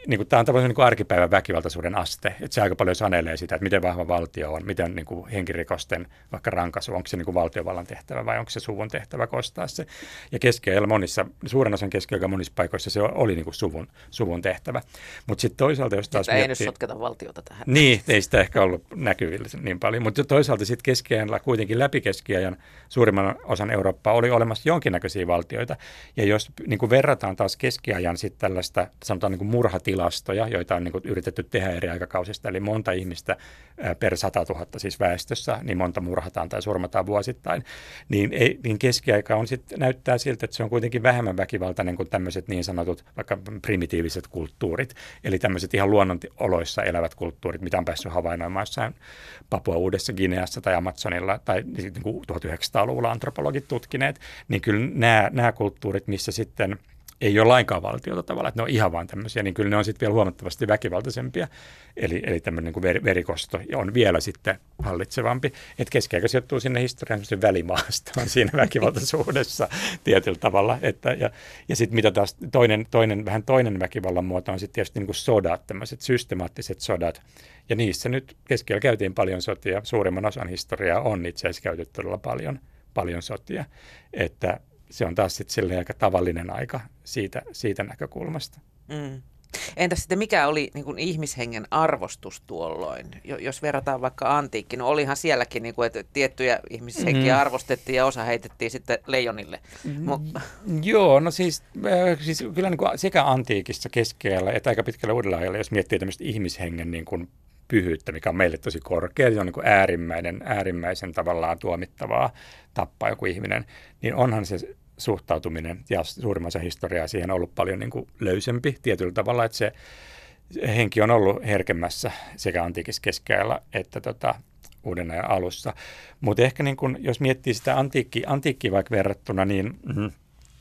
niin kuin, tämä on tavallaan niin kuin arkipäivän väkivaltaisuuden aste, että se aika paljon sanelee sitä, että miten vahva valtio on, miten niin kuin henkirikosten vaikka rankaisu, onko se niin kuin valtiovallan tehtävä vai onko se suvun tehtävä kostaa se. Ja keskiajalla monissa, suurin osan keskiajalla monissa paikoissa se oli niin kuin suvun, suvun tehtävä. Mutta sitten toisaalta, jos taas että miettii... ei nyt sotketa valtiota tähän. Niin, ei sitä ehkä ollut näkyvillä niin paljon, mutta toisaalta sitten keskiajalla kuitenkin läpi keskiajan suurimman osan Eurooppaa oli olemassa jonkinnäköisiä valtioita. Ja jos niin kuin verrataan taas keskiajan sitten tällaista, sanotaan niin kuin murhatilastoja, joita on niin kuin yritetty tehdä eri aikakausista, eli monta ihmistä per sata tuhatta siis väestössä, niin monta murhataan tai surmataan vuosittain, niin, ei, niin keskiaika on sit, näyttää siltä, että se on kuitenkin vähemmän väkivaltainen kuin tämmöiset niin sanotut vaikka primitiiviset kulttuurit, eli tämmöiset ihan luonnonoloissa elävät kulttuurit, mitä on päässyt havainnoimaan jossain Papua-Uudessa Gineassa tai Amazonilla tai niin kuin tuhatyhdeksänsataaluvulla antropologit tutkineet, niin kyllä nämä, nämä kulttuurit, missä sitten ei ole lainkaan valtiota tavallaan, että ne on ihan vaan tämmöisiä, niin kyllä ne on sitten vielä huomattavasti väkivaltaisempia. Eli, eli tämmöinen niin kuin ver, verikosto on vielä sitten hallitsevampi. Että keskiaika sijoittuu sinne historian semmoisen välimaastoon siinä väkivaltaisuudessa tietyllä tavalla. Että, ja ja sitten mitä taas toinen, toinen, vähän toinen väkivallan muoto on sitten tietysti niin kuin sodat, tämmöiset systemaattiset sodat. Ja niissä nyt keskiajalla käytiin paljon sotia. Suurimman osan historiaa on itse asiassa käytetty todella paljon, paljon sotia. Että se on taas sitten silleen aika tavallinen aika siitä, siitä näkökulmasta. Mm. Entäs sitten mikä oli niin kuin ihmishengen arvostus tuolloin? Jos verrataan vaikka antiikkiin, no olihan sielläkin, niin kuin, että tiettyjä ihmishenkiä mm. arvostettiin ja osa heitettiin sitten leijonille. Mm. Mo- Joo, no siis, äh, siis kyllä niin kuin sekä antiikissa keskiajalla että aika pitkällä uudella ajalla, jos miettii tämmöistä ihmishengen niin kuin pyhyyttä, mikä on meille tosi korkea, se on niin kuin äärimmäinen, äärimmäisen tavallaan tuomittavaa tappaa joku ihminen, niin onhan se suhtautuminen ja suurimmassa historiaa siihen on ollut paljon niin kuin löysempi tietyllä tavalla, että se henki on ollut herkemmässä sekä antiikissa keskiajalla että tota, uuden ajan alussa. Mutta ehkä niin kun, jos miettii sitä antiikki, antiikkiä vaikka verrattuna, niin mm,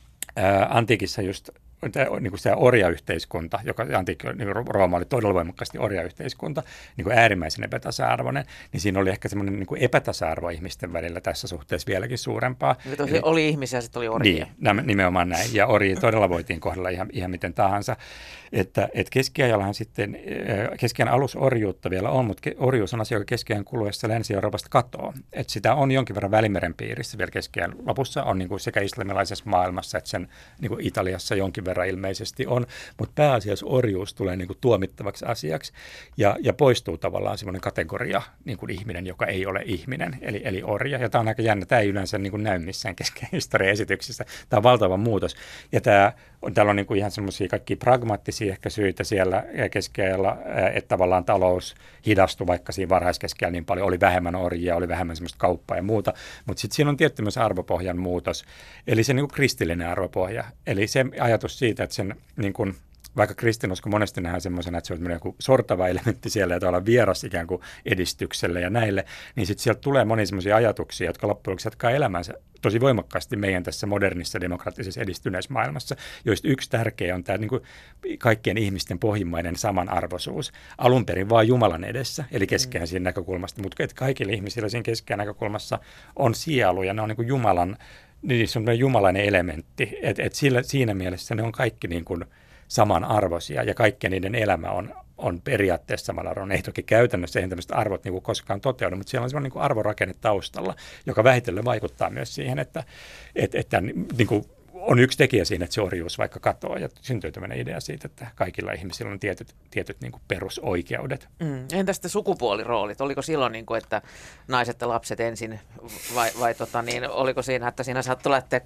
ää, antiikissa just niin kuin se orjayhteiskunta, joka antiikki, niin Rooma oli todella voimakkaasti orjayhteiskunta, niin kuin äärimmäisen epätasa-arvoinen, niin siinä oli ehkä semmoinen niin kuin epätasa-arvo ihmisten välillä tässä suhteessa vieläkin suurempaa. Eli, Eli oli ihmisiä, sitten oli orjia. Niin, nimenomaan näin. Ja orjia todella voitiin kohdella ihan, ihan miten tahansa. Että, että keskiajallahan sitten, keskiajan alusorjuutta vielä on, mutta orjuus on asia, joka keskiajan kuluessa Länsi-Euroopasta katoaa. Että sitä on jonkin verran Välimeren piirissä vielä keskiajan lopussa, on niin kuin sekä islamilaisessa maailmassa että sen niin kuin Italiassa jonkin verran ilmeisesti on, mutta pääasiassa orjuus tulee niin kuin tuomittavaksi asiaksi ja, ja poistuu tavallaan semmoinen kategoria niin kuin ihminen, joka ei ole ihminen, eli, eli orja. Ja tämä on aika jännä, tämä ei yleensä niin kuin näy missään kesken historian esityksissä. Tämä on valtava muutos ja tämä, täällä on niin kuin ihan semmoisia kaikkia pragmaattisia ehkä syitä siellä keskiajalla, että tavallaan talous hidastui vaikka siinä varhaiskeskiajalla niin paljon, oli vähemmän orjia, oli vähemmän semmoista kauppaa ja muuta, mutta sitten siinä on tietty myös arvopohjan muutos, eli se niin kuin kristillinen arvopohja, eli se ajatus siitä, että sen niin kuin, vaikka kristinusko monesti nähdään semmoisena, että se on joku sortava elementti siellä ja tavallaan vieras ikään kuin edistykselle ja näille, niin sitten sieltä tulee monia semmoisia ajatuksia, jotka loppujen lopuksi jatkaa elämänsä tosi voimakkaasti meidän tässä modernissa demokraattisessa edistyneessä maailmassa, joista yksi tärkeä on tämä niin kuin kaikkien ihmisten pohjimmainen samanarvoisuus. Alun perin vaan Jumalan edessä, eli keskeään siinä näkökulmasta, mutta kaikilla ihmisillä siinä keskeään näkökulmassa on sielu ja ne on niin kuin Jumalan, niin se on jumalainen elementti, että et siinä mielessä ne on kaikki niin kuin samanarvoisia ja kaikkien niiden elämä on, on periaatteessa samanarvoinen. Ei toki käytännössä, ei tämmöiset arvot niin kuin koskaan toteudu, mutta siellä on semmoinen niin kuin arvorakenne taustalla, joka vähitellen vaikuttaa myös siihen, että, että, että niin kuin on yksi tekijä siinä, että se orjuus vaikka katoaa ja syntyy tämmöinen idea siitä, että kaikilla ihmisillä on tietyt, tietyt niin kuin perusoikeudet. Mm. Entä sitten sukupuoliroolit? Oliko silloin, niin kuin, että naiset ja lapset ensin vai, vai tota, niin, oliko siinä, että siinä saattoi lähteä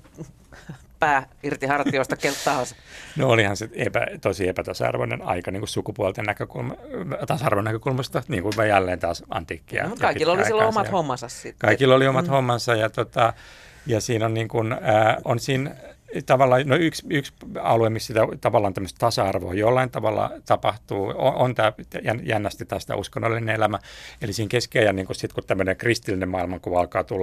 pää irti hartioista keltä tahansa? No olihan se epä, tosi epätasa-arvoinen aika niin kuin sukupuolten näkökulma, tasa-arvon näkökulmasta, niin kuin jälleen taas antiikkia. No, kaikilla oli silloin omat hommansa sitten. Kaikilla oli omat mm. hommansa ja, tota, ja siinä on, niin kuin, äh, on siinä tavallaan, no yksi, yksi alue, missä sitä, tavallaan tämmöistä tasa-arvoa jollain tavalla tapahtuu, on, on tämä jännästi taas tämä uskonnollinen elämä. Eli siinä keskiajan, niin kun, sit, kun tämmöinen kristillinen maailmankuva alkaa tulla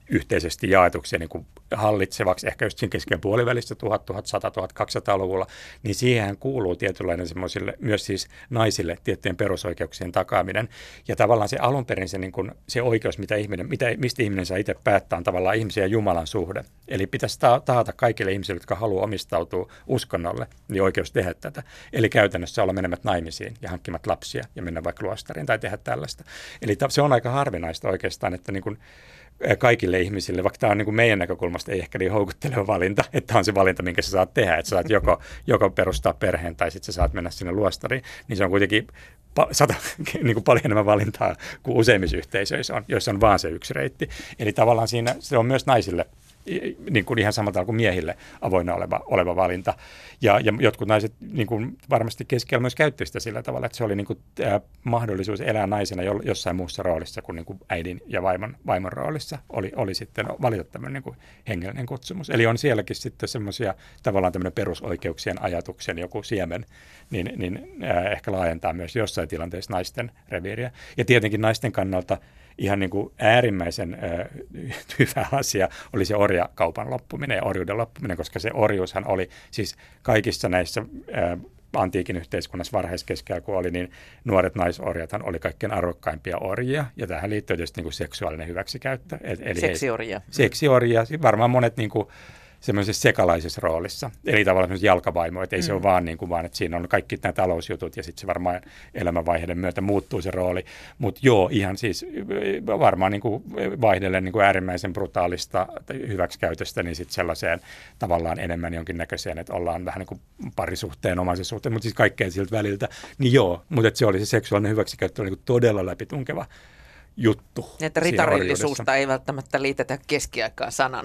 yhteisesti jaetuksi ja niin kuin hallitsevaksi, ehkä just siinä kesken puolivälissä tuhat, tuhatsata, tuhatkaksisataaluvulla, niin siihen kuuluu tietynlainen semmoisille, myös siis naisille tiettyjen perusoikeuksien takaaminen. Ja tavallaan se alun perin se, niin kuin, se oikeus, mitä ihminen, mitä, mistä ihminen saa itse päättää, on tavallaan ihmisen ja Jumalan suhde. Eli pitäisi taata kaikille ihmisille, jotka haluaa omistautua uskonnolle, niin oikeus tehdä tätä. Eli käytännössä olla menemät naimisiin ja hankkimat lapsia ja mennä vaikka luostariin tai tehdä tällaista. Eli se on aika harvinaista oikeastaan, että niin kuin kaikille ihmisille, vaikka tämä on niin kuin meidän näkökulmasta ei ehkä niin houkutteleva valinta, että tämä on se valinta, minkä sä saat tehdä, että sä saat joko, joko perustaa perheen tai sitten sä saat mennä sinne luostariin, niin se on kuitenkin pa- sata, niin kuin paljon enemmän valintaa kuin useimmissa yhteisöissä on, joissa on vaan se yksi reitti. Eli tavallaan siinä se on myös naisille niin kuin ihan samalla tavalla kuin miehille avoinna oleva, oleva valinta. Ja, ja jotkut naiset niin kuin varmasti keskellä myös käytti sitä sillä tavalla, että se oli niin kuin, äh, mahdollisuus elää naisena jo, jossain muussa roolissa kuin, niin kuin äidin ja vaimon, vaimon roolissa oli, oli sitten valita tämmöinen niin kuin hengellinen kutsumus. Eli on sielläkin sitten semmoisia tavallaan tämmöinen perusoikeuksien ajatuksen joku siemen, niin, niin äh, ehkä laajentaa myös jossain tilanteessa naisten reviiriä. Ja tietenkin naisten kannalta ihan niin kuin äärimmäisen ö, hyvä asia oli se orjakaupan loppuminen ja orjuuden loppuminen, koska se orjuushan oli siis kaikissa näissä ö, antiikin yhteiskunnassa varhaiskeskellä, kun oli, niin nuoret naisorjathan oli kaikkein arvokkaimpia orjia, ja tähän liittyy tietysti niin kuin seksuaalinen hyväksikäyttö. Eli seksiorjia. He, seksiorjia, varmaan monet niin kuin semmoisessa sekalaisessa roolissa, eli tavallaan semmoisessa jalkavaimo, että ei mm. se ole vaan niin kuin vaan, että siinä on kaikki nämä talousjutut ja sitten se varmaan elämänvaiheiden myötä muuttuu se rooli, mutta joo, ihan siis varmaan niin kuin vaihdellen niin kuin äärimmäisen brutaalista hyväksikäytöstä, niin sitten sellaiseen tavallaan enemmän jonkinnäköiseen, että ollaan vähän niin kuin parisuhteen, omaisen suhteen, mutta siis kaikkea siltä väliltä, niin joo, mutta se oli se seksuaalinen hyväksikäyttö oli niin kuin todella läpitunkeva juttu. Että ritarillisuusta ei välttämättä liitetä keskiaikaan sanana.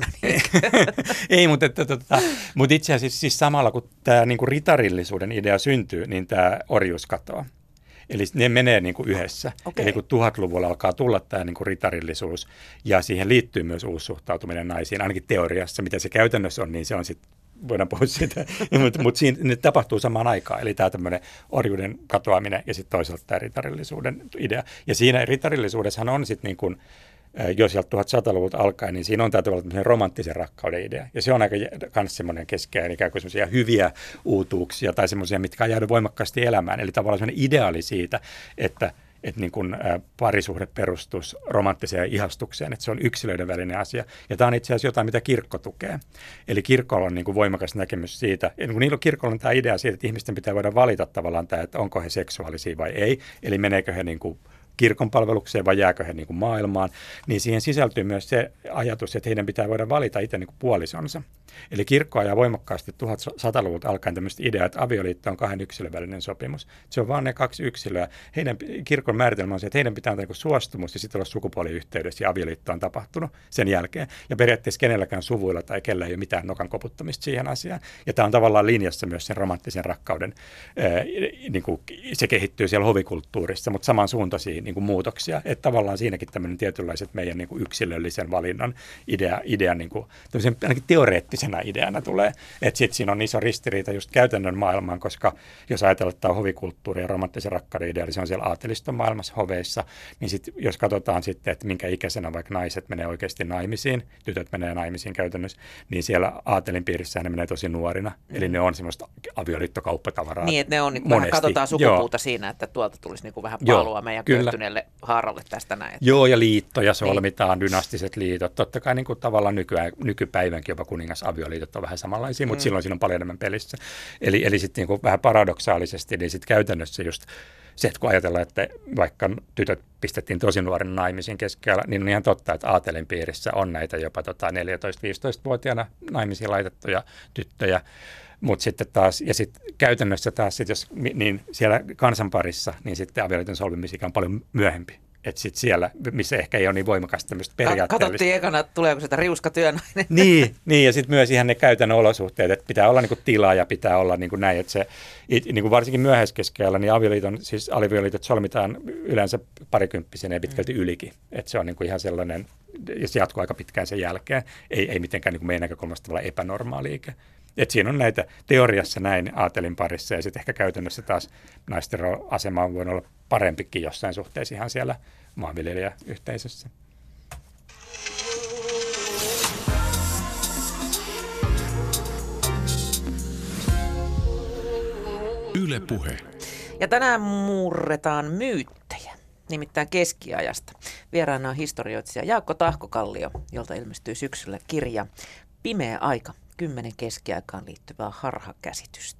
Ei, mutta, että, tota, mutta itse asiassa siis samalla kun tämä niin kuin ritarillisuuden idea syntyy, niin tämä orjuus katoaa. Eli ne menee niin kuin yhdessä. Okay. Eli kun tuhatluvulla alkaa tulla tämä niin kuin ritarillisuus ja siihen liittyy myös uusi suhtautuminen naisiin, ainakin teoriassa, mitä se käytännössä on, niin se on sitten, voidaan puhua siitä, mutta, mutta siinä ne tapahtuu samaan aikaan. Eli tämä tämmöinen orjuuden katoaminen ja sitten toisaalta tämä ritarillisuuden idea. Ja siinä ritarillisuudessahan on sitten niin kuin, jo sieltä tuhatsataluvulta alkaen, niin siinä on tämä tavallaan romanttisen rakkauden idea. Ja se on aika myös semmoinen keskeinen ikään kuin semmoisia hyviä uutuuksia tai semmoisia, mitkä on jäänyt voimakkaasti elämään. Eli tavallaan semmoinen ideaali siitä, että että niin kuin parisuhde perustuisi romanttiseen ihastukseen, että se on yksilöiden välinen asia. Ja tämä on itse asiassa jotain, mitä kirkko tukee. Eli kirkolla on niin kuin voimakas näkemys siitä, ja niin kuin kirkolla on tämä idea siitä, että ihmisten pitää voida valita tavallaan tämä, että onko he seksuaalisia vai ei, eli meneekö he niin kuin kirkon palvelukseen vai jääkö he niin kuin maailmaan, niin siihen sisältyy myös se ajatus, että heidän pitää voida valita itse niin kuin puolisonsa. Eli kirkko ajaa voimakkaasti tuhatsataluvulta alkaen tämmöistä ideaa, että avioliitto on kahden yksilön välinen sopimus. Se on vaan ne kaksi yksilöä. Heidän, kirkon määritelmä on se, että heidän pitää antaa niin kuin suostumus ja sitten olla sukupuoliyhteydessä ja avioliitto on tapahtunut sen jälkeen. Ja periaatteessa kenelläkään suvuilla tai kellä ei ole mitään nokan koputtamista siihen asiaan. Ja tämä on tavallaan linjassa myös sen romanttisen rakkauden, ää, niin kuin se kehittyy siellä hovikulttuurissa, mutta samansuuntaisia niin kuin muutoksia. Että tavallaan siinäkin tämmöinen tietynlaiset meidän niin kuin yksilöllisen valinnan idea, idea niin kuin, ainakin teoreettisena ideana tulee. Että sitten siinä on iso ristiriita just käytännön maailmaan, koska jos ajatellaan, että tämä on hovikulttuuri ja romanttisen rakkauden idea, eli se on siellä aateliston maailmassa hoveissa, niin sitten jos katsotaan sitten, että minkä ikäisenä vaikka naiset menee oikeasti naimisiin, tytöt menee naimisiin käytännössä, niin siellä aatelin piirissä ne menee tosi nuorina. Mm. Eli ne on semmoista avioliittokauppatavaraa. Niin, että ne on, niin vähän katsotaan sukupuuta Joo. siinä, että tuolta tulisi niin kuin vähän palua meidän köyhtyneelle haaralle tästä näin. Joo, ja liittoja solmitaan, niin. Dynastiset liitot. Totta kai niin kuin tavallaan nykyään, nykypäivänkin jopa kuningasavioliitot on vähän samanlaisia, mutta mm. silloin siinä on paljon enemmän pelissä. Eli, eli sitten niin kuin vähän paradoksaalisesti, niin sitten käytännössä just se, että kun ajatellaan, että vaikka tytöt pistettiin tosi nuoren naimisiin keskellä, niin on ihan totta, että aatelin piirissä on näitä jopa tota neljätoista-viisitoistavuotiaana naimisiin laitettuja tyttöjä. Mutta sitten taas, ja sitten käytännössä taas, sit jos, niin siellä kansanparissa, niin sitten avioliiton solmimisikä on paljon myöhempi. Että sitten siellä, missä ehkä ei ole niin voimakasta tämmöistä periaatteellista. Katsottiin ekana, että tuleeko sitä riuskatyönainen. Niin, niin, ja sitten myös ihan ne käytännön olosuhteet, että pitää olla niinku tilaa ja pitää olla niinku näin, että se, niinku varsinkin myöhäiskeskellä, niin avioliiton, siis avioliitot solmitaan yleensä parikymppisenä ja pitkälti ylikin. Että se on niinku ihan sellainen, ja se jatkuu aika pitkään sen jälkeen, ei, ei mitenkään niinku meidän näkökulmasta tavallaan epänormaali ikä. Että siinä on näitä teoriassa näin aatelin parissa ja sitten ehkä käytännössä taas naisten asema on voinut olla parempikin jossain suhteessa ihan siellä maanviljelijäyhteisössä. Yle Puhe. Ja tänään murretaan myyttejä, nimittäin keskiajasta. Vieraana on historioitsija Jaakko Tahkokallio, jolta ilmestyy syksyllä kirja Pimeä aika, kymmenen keskiaikaan liittyvää harhakäsitystä.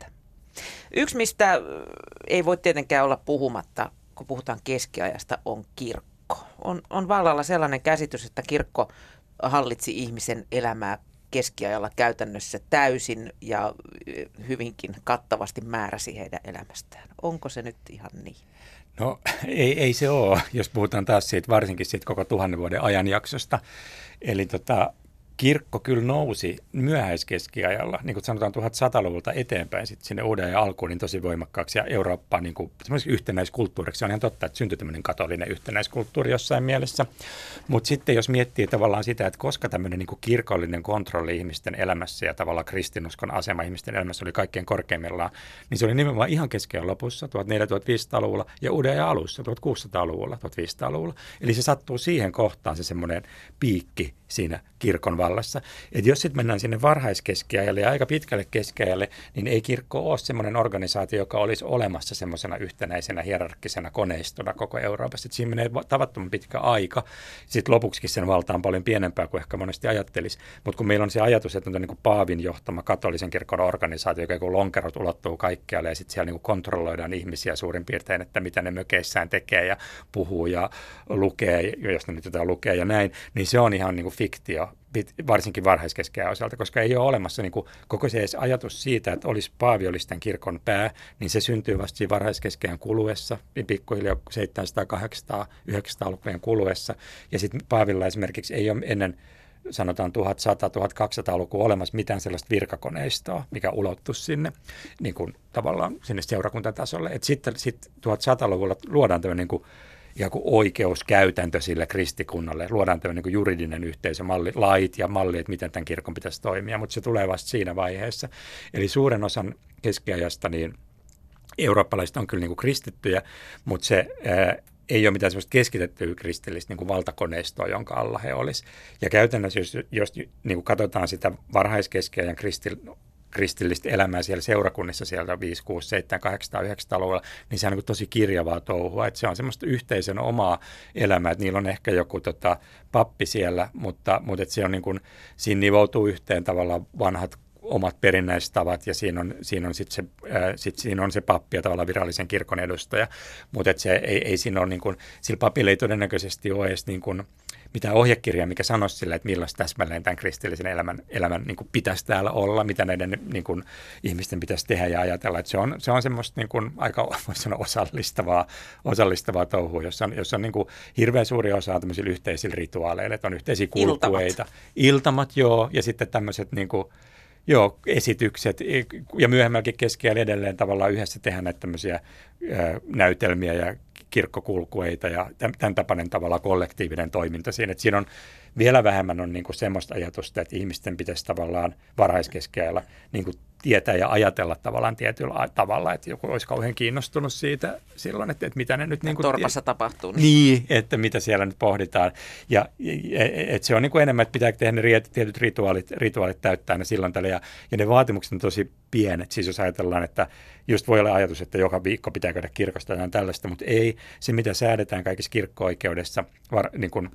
Yksi, mistä ei voi tietenkään olla puhumatta, kun puhutaan keskiajasta, on kirkko. On, on vallalla sellainen käsitys, että kirkko hallitsi ihmisen elämää keskiajalla käytännössä täysin ja hyvinkin kattavasti määräsi heidän elämästään. Onko se nyt ihan niin? No ei, ei se ole, jos puhutaan taas siitä, varsinkin siitä koko tuhannen vuoden ajanjaksosta. Eli tota, kirkko kyllä nousi myöhäiskeskiajalla, niin kuin sanotaan tuhatsataluvulta eteenpäin sitten sinne uuden ajan alkuun, niin tosi voimakkaaksi ja Eurooppaan niin kuin yhtenäiskulttuuriksi. Se on ihan totta, että syntyi tämmöinen katolinen yhtenäiskulttuuri jossain mielessä. Mutta sitten jos miettii tavallaan sitä, että koska tämmöinen niin kuin kirkollinen kontrolli ihmisten elämässä ja tavallaan kristinuskon asema ihmisten elämässä oli kaikkein korkeimmillaan, niin se oli nimenomaan ihan keskiajan lopussa, tuhatneljäsataa-tuhatviisisataaluvulla ja uuden ajan alussa, tuhatkuusisataaluvulla, tuhatviisisataaluvulla. Eli se sattuu siihen kohtaan se semmoinen piikki siinä kirkon vallassa. Että jos sitten mennään sinne varhaiskeskiajalle ja aika pitkälle keskiajalle, niin ei kirkko ole semmoinen organisaatio, joka olisi olemassa semmoisena yhtenäisenä hierarkkisena koneistona koko Euroopassa. Et siinä menee tavattoman pitkä aika. Sitten lopuksikin sen valta on paljon pienempää kuin ehkä monesti ajattelisi. Mutta kun meillä on se ajatus, että on niin kuin Paavin johtama katolisen kirkon organisaatio, joka kun lonkerot ulottuu kaikkialle ja sitten siellä niin kuin kontrolloidaan ihmisiä suurin piirtein, että mitä ne mökeissään tekee ja puhuu ja lukee, jos ne nyt jotain lukee ja näin, niin se on ihan niin kuin fiktio, varsinkin varhaiskeskiajan osalta, koska ei ole olemassa niin kuin koko se ajatus siitä, että olisi Paavi olisi tämän kirkon pää, niin se syntyy vasta siinä varhaiskeskiajan kuluessa, pikkuhiljaa seitsemänsataa, kahdeksansataa, yhdeksänsataa-lukujen kuluessa, ja sitten Paavilla esimerkiksi ei ole ennen sanotaan tuhatsata, tuhatkaksisataa-lukua olemassa mitään sellaista virkakoneistoa, mikä ulottuisi sinne niin kuin tavallaan sinne seurakuntatasolle. Et sitten sit tuhatsataa-luvulla luodaan tämmöinen niin kuin joku oikeuskäytäntö sille kristikunnalle. Luodaan tämmöinen niin juridinen yhteisö, malli, lait ja malli, että miten tämän kirkon pitäisi toimia, mutta se tulee vasta siinä vaiheessa. Eli suuren osan keskiajasta niin eurooppalaiset on kyllä niin kuin kristittyjä, mutta se ää, ei ole mitään sellaista keskitettyä kristillistä niin kuin valtakoneistoa, jonka alla he olisi. Ja käytännössä, jos, jos niin kuin katsotaan sitä varhaiskeskiajan kristillistä, kristillistä elämää siellä seurakunnissa sieltä viisi, kuusi, seitsemän, kahdeksan, yhdeksänsataa-luvulla, niin se on niin tosi kirjavaa touhua. Että se on semmoista yhteisön omaa elämää, että niillä on ehkä joku tota, pappi siellä, mutta, mutta että se on niin kuin, siinä nivoutuu yhteen tavallaan vanhat omat perinnäistavat ja siinä on, siinä on sitten se, äh, sit siinä on se pappi ja tavallaan virallisen kirkon edustaja, mutta että se ei, ei siinä ole niin kuin, sillä papilla ei todennäköisesti ole edes niin kuin mitään ohjekirjaa, mikä sanoisi sille, että millaista täsmälleen tämän kristillisen elämän, elämän niin kuin pitäisi täällä olla, mitä näiden niin kuin, ihmisten pitäisi tehdä ja ajatella. Että se on, se on semmoista niin kuin, aika sanoa, osallistavaa, osallistavaa touhua, jossa on, jossa on niin kuin, hirveän suuri osa tämmöisillä yhteisillä rituaaleilla, että on yhteisiä kulkueita. Iltamat. Iltamat, joo, ja sitten tämmöiset niin kuin, joo, esitykset ja myöhemmälläkin keskiajalla edelleen tavallaan yhdessä tehdään näitä tämmöisiä ää, näytelmiä ja kirkkokulkueita ja tämän tapainen tavallaan kollektiivinen toiminta siinä. Että siinä on vielä vähemmän on niin kuin semmoista ajatusta, että ihmisten pitäisi tavallaan varhaiskeskiajalla niin kuin tietää ja ajatella tavallaan tietyllä tavalla, että joku olisi kauhean kiinnostunut siitä silloin, että, että mitä ne nyt... Niin kuin torpassa tie- tapahtuu. Niin. niin, että mitä siellä nyt pohditaan. Ja että se on niin kuin enemmän, että pitää tehdä ne tietyt rituaalit, rituaalit täyttää ne silloin tällä. Ja, ja ne vaatimukset on tosi pienet. Siis jos ajatellaan, että just voi olla ajatus, että joka viikko pitää käydä kirkosta jotain tällaista, mutta ei se, mitä säädetään kaikissa kirkko-oikeudessa, var, niin kuin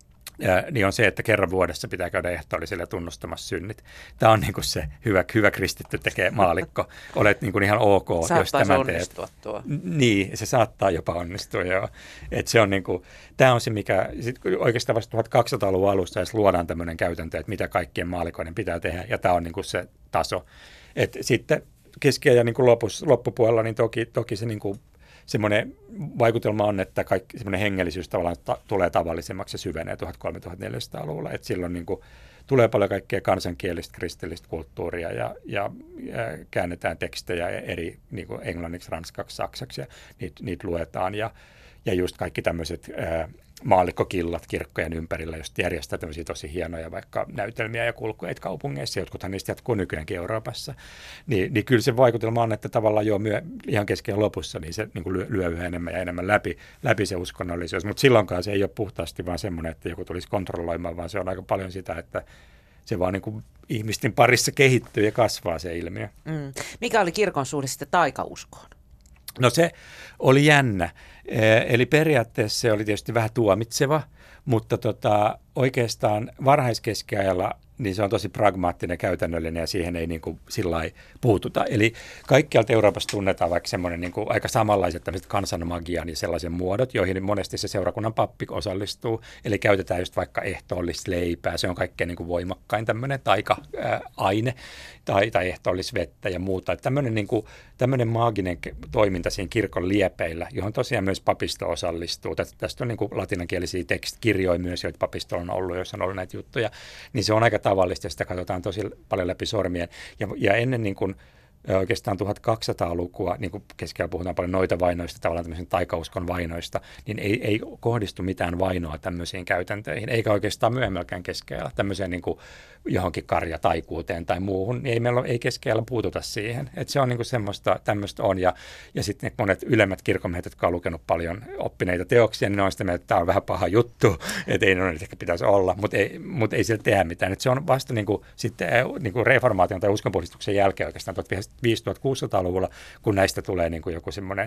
Ja, niin on se, että kerran vuodessa pitää käydä ehtoolliselle tunnustamassa synnit. Tämä on niin kuin se hyvä, hyvä kristitty tekee maalikko. Olet niin kuin ihan ok, jos tämän teet. Tuo. Niin, se saattaa jopa onnistua, joo. Et se on niin kuin, tämä on se, mikä sit oikeastaan vasta tuhatkaksisataaluvun alussa edes luodaan tämmöinen käytäntö, että mitä kaikkien maalikoiden pitää tehdä, ja tämä on niin kuin se taso. Et sitten keskiajan niin kuin lopussa, loppupuolella, niin toki, toki se niin kuin semmoinen vaikutelma on, että kaikki semmoinen hengellisyys tavallaan ta- tulee tavallisemmaksi ja syvenee tuhatkolmesataaneljäsataa-luvulla. Että silloin niin kuin tulee paljon kaikkea kansankielistä, kristillistä kulttuuria ja, ja, ja käännetään tekstejä eri niin kuin englanniksi, ranskaksi, saksaksi ja niitä, niitä luetaan. Ja, ja just kaikki tämmöiset ää, maallikkokillat kirkkojen ympärillä, just järjestää tämmöisiä tosi hienoja vaikka näytelmiä ja kulkueita kaupungeissa, jotkuthan niistä jatkuu nykyäänkin Euroopassa, niin, niin kyllä se vaikutelma on, että tavallaan jo myö, ihan kesken lopussa niin se niin kuin lyö, lyö yhä enemmän ja enemmän läpi, läpi se uskonnollisuus, mutta silloinkaan se ei ole puhtaasti vaan semmoinen, että joku tulisi kontrolloimaan, vaan se on aika paljon sitä, että se vaan niin kuin ihmisten parissa kehittyy ja kasvaa se ilmiö. Mm. Mikä oli kirkon suhde sitten taikauskoon? No se oli jännä. Eli periaatteessa se oli tietysti vähän tuomitseva, mutta tota, oikeastaan varhaiskeskiajalla niin se on tosi pragmaattinen, käytännöllinen ja siihen ei niin kuin sillai puututa. Eli kaikkialta Euroopassa tunnetaan vaikka semmoinen niin kuin aika samanlaiset tämmöiset kansanmagian ja sellaisen muodot, joihin monesti se seurakunnan pappi osallistuu. Eli käytetään just vaikka ehtoollisleipää, se on kaikkein niin kuin voimakkain tämmöinen taika-aine tai, tai ehtoollisvettä ja muuta. Että tämmöinen, niin kuin, tämmöinen maaginen toiminta siinä kirkon liepeillä, johon tosiaan myös papisto osallistuu. Tästä on niin kuin latinankielisiä tekstikirjoja myös, joita papistolla on ollut, jos on ollut näitä juttuja, niin se on aika tavallista ja sitä katsotaan tosi paljon läpi sormien. Ja, ja ennen niin kuin, oikeastaan tuhatkaksisataalukua, niin kuin keskellä puhutaan paljon noita vainoista, tavallaan tämmöisen taikauskon vainoista, niin ei, ei kohdistu mitään vainoa tämmöisiin käytäntöihin, eikä oikeastaan myöhemmälläkään keskellä tämmöiseen niin kuin johonkin karjataikuuteen tai muuhun, niin ei meillä ei keskellä puututa siihen. Että se on niin kuin semmoista, tämmöistä on, ja, ja sitten monet ylemmät kirkonmiehet, jotka on lukenut paljon oppineita teoksia, niin ne on sitä mieltä, että tämä on vähän paha juttu, että ei noin ehkä pitäisi olla, mutta ei, mutta ei sieltä tehdä mitään. Että se on vasta niin kuin, sitten niin kuin reformaation tai uskonpuhdistuksen jälkeen oikeastaan viisituhatta-kuusisataaluvulla, kun näistä tulee niin kuin joku semmoinen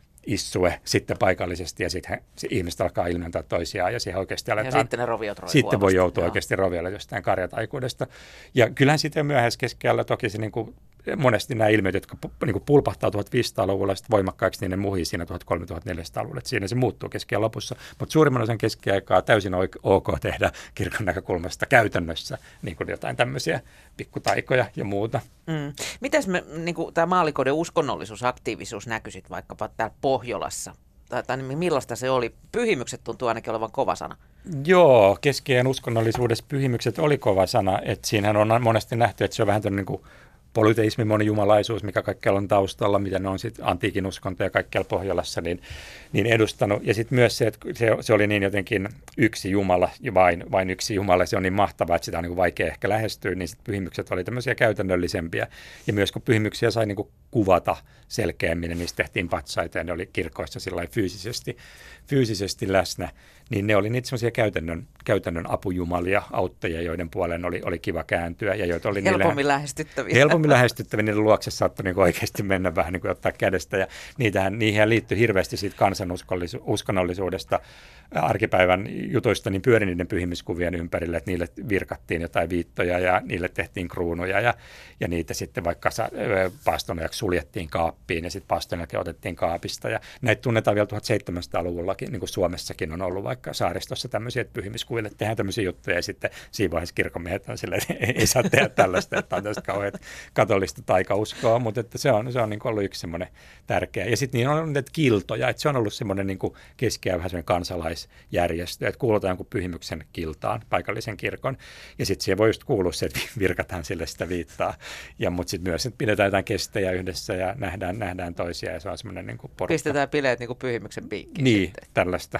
issue sitten paikallisesti ja sitten ihmiset alkaa ilmentää toisiaan ja siihen oikeasti aletaan. Ja sitten ne roviot roivuu. Sitten voi joutua oikeasti roviolle jostain karjataikuudesta. Ja kyllähän sitten myöhäiskeskellä toki se niin kuin, monesti nämä ilmiöt, jotka niin kuin pulpahtaa tuhatviisisataaluvulla sitten voimakkaiksi, niin ne muhii siinä tuhatkolmesataaneljäsataaluvulla. Siinä se muuttuu keskiajan lopussa. Mutta suurimman osan keskiaikaa täysin ok tehdä kirkon näkökulmasta käytännössä niin kuin jotain tämmöisiä pikkutaikoja ja muuta. Mm. Mites me, niin kuin tämä maalikoiden uskonnollisuus, aktiivisuus näkyi sitten vaikkapa täällä Pohjolassa? Tai, tai millaista se oli? Pyhimykset tuntuu ainakin olevan kova sana. Joo, keskiajan uskonnollisuudessa pyhimykset oli kova sana. Että siinähän on monesti nähty, että se on vähän tämmöinen niin kuin polyteismi, monijumalaisuus, mikä kaikkialla on taustalla, mitä ne on sitten antiikin uskontoja kaikkialla Pohjolassa, niin, niin edustanut. Ja sitten myös se, että se, se oli niin jotenkin yksi Jumala, vain, vain yksi Jumala, se on niin mahtavaa, että sitä on niin kuin vaikea ehkä lähestyä, niin sitten pyhimykset oli tämmöisiä käytännöllisempiä. Ja myös kun pyhimyksiä sai niin kuin kuvata selkeämmin, niin niistä tehtiin patsaita ja ne oli kirkoissa sillä fyysisesti, fyysisesti läsnä, niin ne oli niitä semmoisia käytännön, käytännön apujumalia, auttajia, joiden puoleen oli, oli kiva kääntyä. Ja joita oli helpommin niille, lähestyttäviä. Helpommin lähestyttäviä, niiden luokse saattoi niin oikeasti mennä vähän niin kuin ottaa kädestä. Ja niitähän, niihin liittyi hirveästi siitä kansanuskonnollisuudesta, arkipäivän jutuista, niin pyöri niiden pyhimyskuvien ympärille, että niille virkattiin jotain viittoja ja niille tehtiin kruunuja ja, ja niitä sitten vaikka paastonajaksi suljettiin kaappiin ja sitten paastonajakin otettiin kaapista. Ja näitä tunnetaan vielä tuhatseitsemänsataaluvullakin, niin kuin Suomessakin on ollut vaikka saaristossa tämmöisiä, että pyhimyskuville tehdään tämmöisiä juttuja ja sitten siinä vaiheessa kirkonmiehet on silleen, että ei saa tehdä tällaista, että on tästä kauheat katolista taikauskoa, mutta että se on, se on niin kuin ollut yksi semmoinen tärkeä. Ja sitten niin on ollut näitä kiltoja, että se on ollut semmoinen niin kuin keskiajan vähän semmoinen kansalaisjärjestö, että kuulutaan jonkun pyhimyksen kiltaan, paikallisen kirkon, ja sitten siihen voi just kuulua se, että virkataan sille sitä viittaa, ja mutta sitten myös, että pidetään jotain kestejä yhdessä ja nähdään, nähdään toisia, ja se on semmoinen niin kuin porukka. Pistetään bileet niin kuin pyhimyksen piikkiin. Niin, sitten. Tällaista.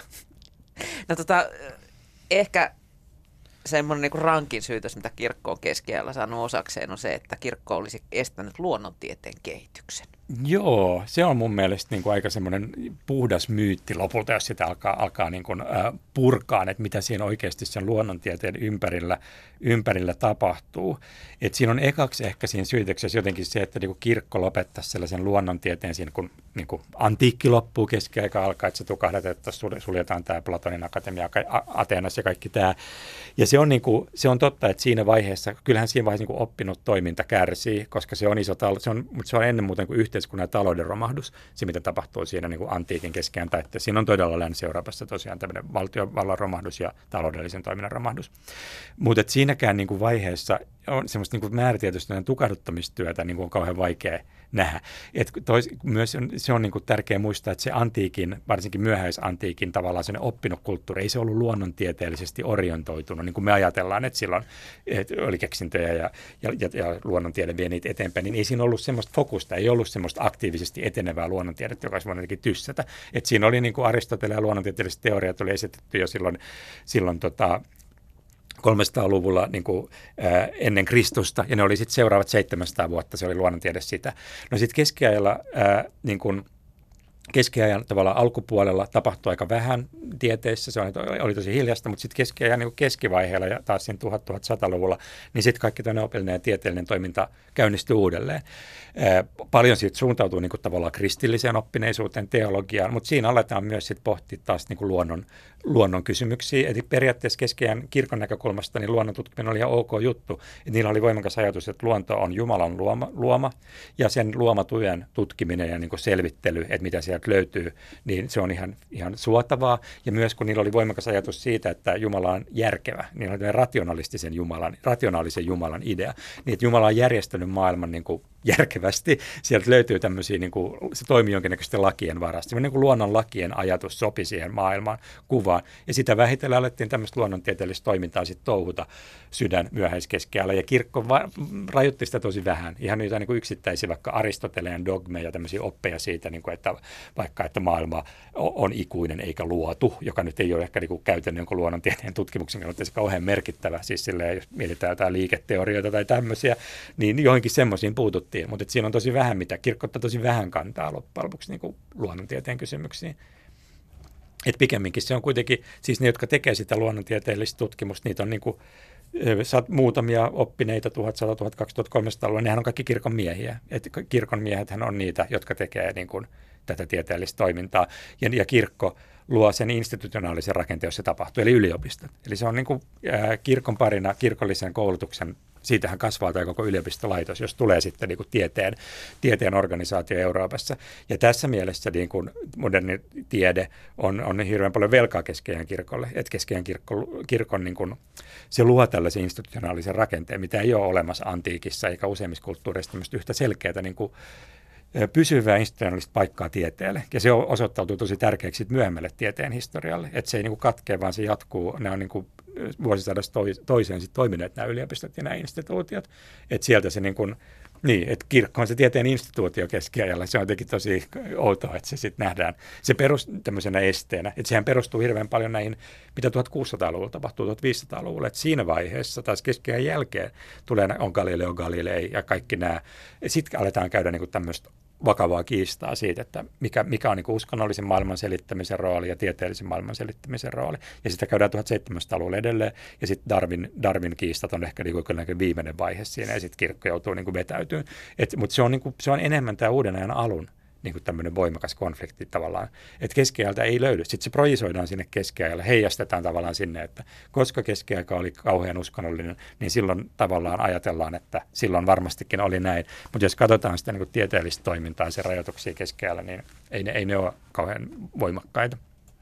No tota, ehkä semmoinen niin kuin rankin syytös, mitä kirkko on keskiajalla saanut osakseen, on se, että kirkko olisi estänyt luonnontieteen kehityksen. Joo, se on mun mielestä niin kuin aika semmoinen puhdas myytti lopulta, jos sitä alkaa, alkaa niin kuin, äh, purkaan, että mitä siinä oikeasti sen luonnontieteen ympärillä, ympärillä tapahtuu. Et siinä on ekaksi ehkä siinä syytöksessä jotenkin se, että niin kuin kirkko lopettaisi sellaisen luonnontieteen siinä, kun niin kuin antiikki loppuu, keskiaika alkaa, että se tukahdat, että suljetaan tämä Platonin akatemia Ateenassa ja kaikki tämä. Ja se on, niin kuin, se on totta, että siinä vaiheessa, kyllähän siinä vaiheessa niin kuin oppinut toiminta kärsii, koska se on iso talo, se on, mutta se on ennen muuta kuin yhteiskunnan ja talouden romahdus, se mitä tapahtuu siinä niin kuin antiikin keskiajan taitteessa. Siinä on todella Länsi-Euroopassa tosiaan tämmöinen valtiovallan romahdus ja taloudellisen toiminnan romahdus. Mutta siinäkään niin kuin vaiheessa on semmoista niin kuin määrätietoista tukahduttamistyötä niin kuin on kauhean vaikea nähdä. Et tois, myös on, se on niin kuin tärkeää muistaa, että se antiikin, varsinkin myöhäisantiikin tavallaan sellainen oppinut kulttuuri, ei se ollut luonnontieteellisesti orientoitunut, niin kuin me ajatellaan, että silloin että oli keksintöjä ja, ja, ja, ja luonnontiede vie niitä eteenpäin, niin ei siinä ollut semmoista fokusta, ei ollut semmoista aktiivisesti etenevää luonnontiedettä, joka olisi voinut jotenkin tyssätä. Et siinä oli niin kuin Aristoteleen ja luonnontieteelliset teoriat oli esitetty jo silloin, silloin tota, kolmesataaluvulla niin kuin, ää, ennen Kristusta, ja ne oli sitten seuraavat seitsemänsataa vuotta, se oli luonnontiede sitä. No sitten keskiajalla ää, niin kuin, keskiajan tavallaan alkupuolella tapahtui aika vähän tieteessä, se oli tosi hiljasta, mutta sitten keskiajan niin keskivaiheella ja taas siinä tuhat-sataluvulla, niin sitten kaikki tämmöinen opillinen ja tieteellinen toiminta käynnistyi uudelleen. Paljon siitä suuntautuu niin kuin tavallaan kristilliseen oppineisuuteen, teologiaan, mutta siinä aletaan myös sitten pohtia taas niin kuin luonnon, luonnon kysymyksiä. Eli periaatteessa keskiajan kirkon näkökulmasta niin luonnon tutkiminen oli ihan ok juttu. Et niillä oli voimakas ajatus, että luonto on Jumalan luoma, luoma ja sen luomatujen tutkiminen ja niin kuin selvittely, että mitä sieltä löytyy, niin se on ihan, ihan suotavaa. Ja myös kun niillä oli voimakas ajatus siitä, että Jumala on järkevä, niin oli rationalistisen Jumalan, rationaalisen Jumalan idea, niin että Jumala on järjestänyt maailman niin kuin järkevästi. Sieltä löytyy tämmöisiä, niin kuin, se toimii jonkinnäköisten lakien varasta. Semmoinen niin kuin luonnon lakien ajatus sopi siihen maailmaan kuvaan. Ja sitä vähitellen alettiin tämmöistä luonnontieteellistä toimintaa sitten touhuta sydän myöhäiskeskiajalla. Ja kirkko va- rajoitti sitä tosi vähän. Ihan niitä niin kuin yksittäisiä vaikka Aristoteleen dogmeja, tämmöisiä oppeja siitä, niin kuin, että vaikka että maailma on ikuinen eikä luotu, joka nyt ei ole ehkä niin kuin käytännön jonkun luonnontieteen tutkimuksen kannalta se kauhean merkittävä. Siis silleen, jos mietitään jotain liiketeorioita tai tämmöisiä, niin johonkin semmoisiin puututtiin. Mutta siinä on tosi vähän, mitä kirkko ottaa tosi vähän kantaa loppujen lopuksi niin kuin luonnontieteen kysymyksiin. Et pikemminkin se on kuitenkin, siis ne, jotka tekee sitä luonnontieteellistä tutkimusta, niitä on niin kuin, muutamia oppineita tuhatsata, tuhatkaksisataa, tuhatkolmesataa, nehän on kaikki kirkon miehiä. Et kirkon miehethän on niitä, jotka tekee niin kuin tätä tieteellistä toimintaa. Ja, ja kirkko luo sen institutionaalisen rakenteen, jos se tapahtuu, eli yliopistot. Eli se on niin kuin, ää, kirkon parina kirkollisen koulutuksen, siitähän kasvaa tämä koko yliopistolaitos, jos tulee sitten niin kuin tieteen, tieteen organisaatio Euroopassa. Ja tässä mielessä niin kuin moderni tiede on, on hirveän paljon velkaa keskiajan kirkolle, että keskiajan kirkko, kirkon niin kuin, se luo tällaisen institutionaalisen rakenteen, mitä ei ole olemassa antiikissa eikä useimmissa kulttuureissa tämmöistä yhtä selkeää niin kuin pysyvää institutionaalista paikkaa tieteelle. Ja se osoittautuu tosi tärkeäksi myöhemmälle tieteen historialle, että se ei niin kuin katkee, vaan se jatkuu. Nämä on niin kuin vuosisadasta toiseen sit toimineet nämä yliopistot ja nämä instituutiot. Että sieltä se niin kuin, niin, että kirkko on se tieteen instituutio keskiajalla. Se on jotenkin tosi outoa, että se sitten nähdään se perus, tämmöisenä esteenä. Että sehän perustuu hirveän paljon näihin, mitä tuhatkuusisataaluvulla tapahtuu, tuhatviisisataaluvulla. Että siinä vaiheessa taas keskiajan jälkeen tulee, on Galileo Galilei ja kaikki nämä. Sitten aletaan käydä niin kuin tämmöistä vakavaa kiistaa siitä, että mikä, mikä on niin kuin uskonnollisen maailman selittämisen rooli ja tieteellisen maailman selittämisen rooli. Ja sitä käydään tuhatseitsemänsataaluvulla edelleen, ja sitten Darwin, Darwin kiistat on ehkä niin kuin viimeinen vaihe siinä, ja sitten kirkko joutuu niin kuin vetäytymään. Mutta se, on niin kuin, se on enemmän tämä uuden ajan alun niin kuin tämmöinen voimakas konflikti tavallaan, että keskiajalta ei löydy. Sitten se projisoidaan sinne keskiajalle, heijastetaan tavallaan sinne, että koska keskiaika oli kauhean uskonnollinen, niin silloin tavallaan ajatellaan, että silloin varmastikin oli näin. Mutta jos katsotaan sitä niin kuin tieteellistä toimintaa, se rajoituksia keskiajalla, niin ei ne, ei ne ole kauhean voimakkaita.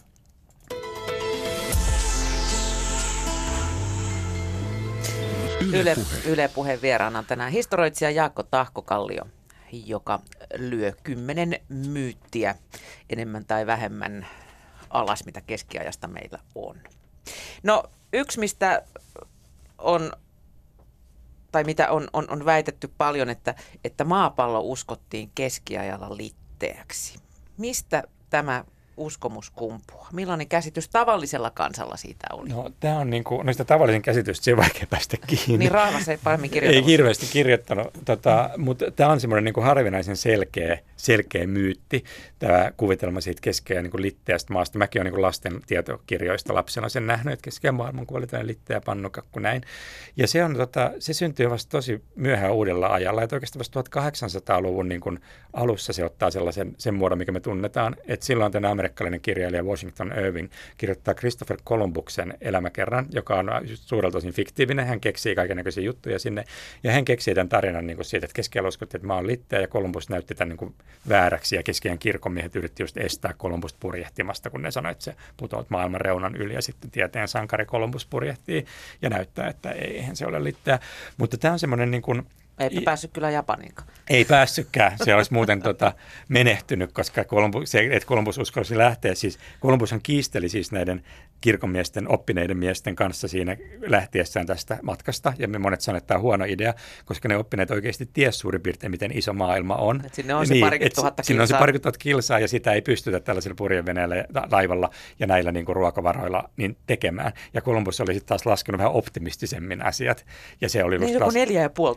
Yle, Yle Puheen vieraana on tänään historioitsija Jaakko Tahkokallio, joka lyö kymmenen myyttiä enemmän tai vähemmän alas, mitä keskiajasta meillä on. No yksi, mistä on, tai mitä on, on, on väitetty paljon, että, että maapallo uskottiin keskiajalla litteäksi. Mistä tämä uskomus kumpuaa? Millainen käsitys tavallisella kansalla siitä oli? No tämä on niin kuin, no sitä tavallisen käsitystä se on vaikea päästä kiinni. Niin Raavas ei paremmin kirjoittanut. Ei hirveästi kirjoittanut, tota, mutta tämä on semmoinen niin kuin harvinaisen selkeä, selkeä myytti, tämä kuvitelma siitä keskiajan niin kuin litteästä maasta. Mäkin olen niin kuin lasten tietokirjoista lapsena sen nähnyt, että keskiajan maailmankuva oli tämmöinen litteä pannukakku näin. Ja se, on, tota, se syntyy vasta tosi myöhään uudella ajalla, että oikeastaan vasta tuhatkahdeksansataaluvun niin kuin alussa se ottaa sellaisen sen muodon, mikä me tunnetaan, että silloin tämä amerikkalainen kirjailija Washington Irving kirjoittaa Christopher Columbuksen elämäkerran, joka on suurelta osin fiktiivinen. Hän keksii kaikennäköisiä juttuja sinne, ja hän keksii tämän tarinan niin kuin siitä, että keskiajalla uskottiin, että maa on litteä, ja Columbus näytti tämän niin kuin vääräksi, ja keskiajan kirkonmiehet yritti just estää Columbusta purjehtimasta, kun ne sanoivat, että se putoaa maailman reunan yli, ja sitten tieteen sankari Columbus purjehtii, ja näyttää, että eihän se ole litteä. Mutta tämä on semmoinen niin kuin Eipä päässyt kyllä Japaniinkaan. Ei päässytkään. Se olisi muuten tota, menehtynyt, koska Columbus, se, että Columbus uskalsi lähteä. Siis Columbushan kiisteli siis näiden kirkonmiesten, oppineiden miesten kanssa siinä lähtiessään tästä matkasta. Ja me monet sanoivat, että tämä on huono idea, koska ne oppineet oikeasti ties suurin piirtein, miten iso maailma on. Et sinne on se niin, parikymmentä tuhatta kilsaa. Sinne on se parikymmentä tuhatta kilsaa, ja sitä ei pystytä tällaisella purjeveneellä ja laivalla ja näillä niin kuin ruokavaroilla niin tekemään. Ja Columbus oli sitten taas laskenut vähän optimistisemmin asiat. Ja se oli niin joku taas neljä ja puoli tuhatta. Joo,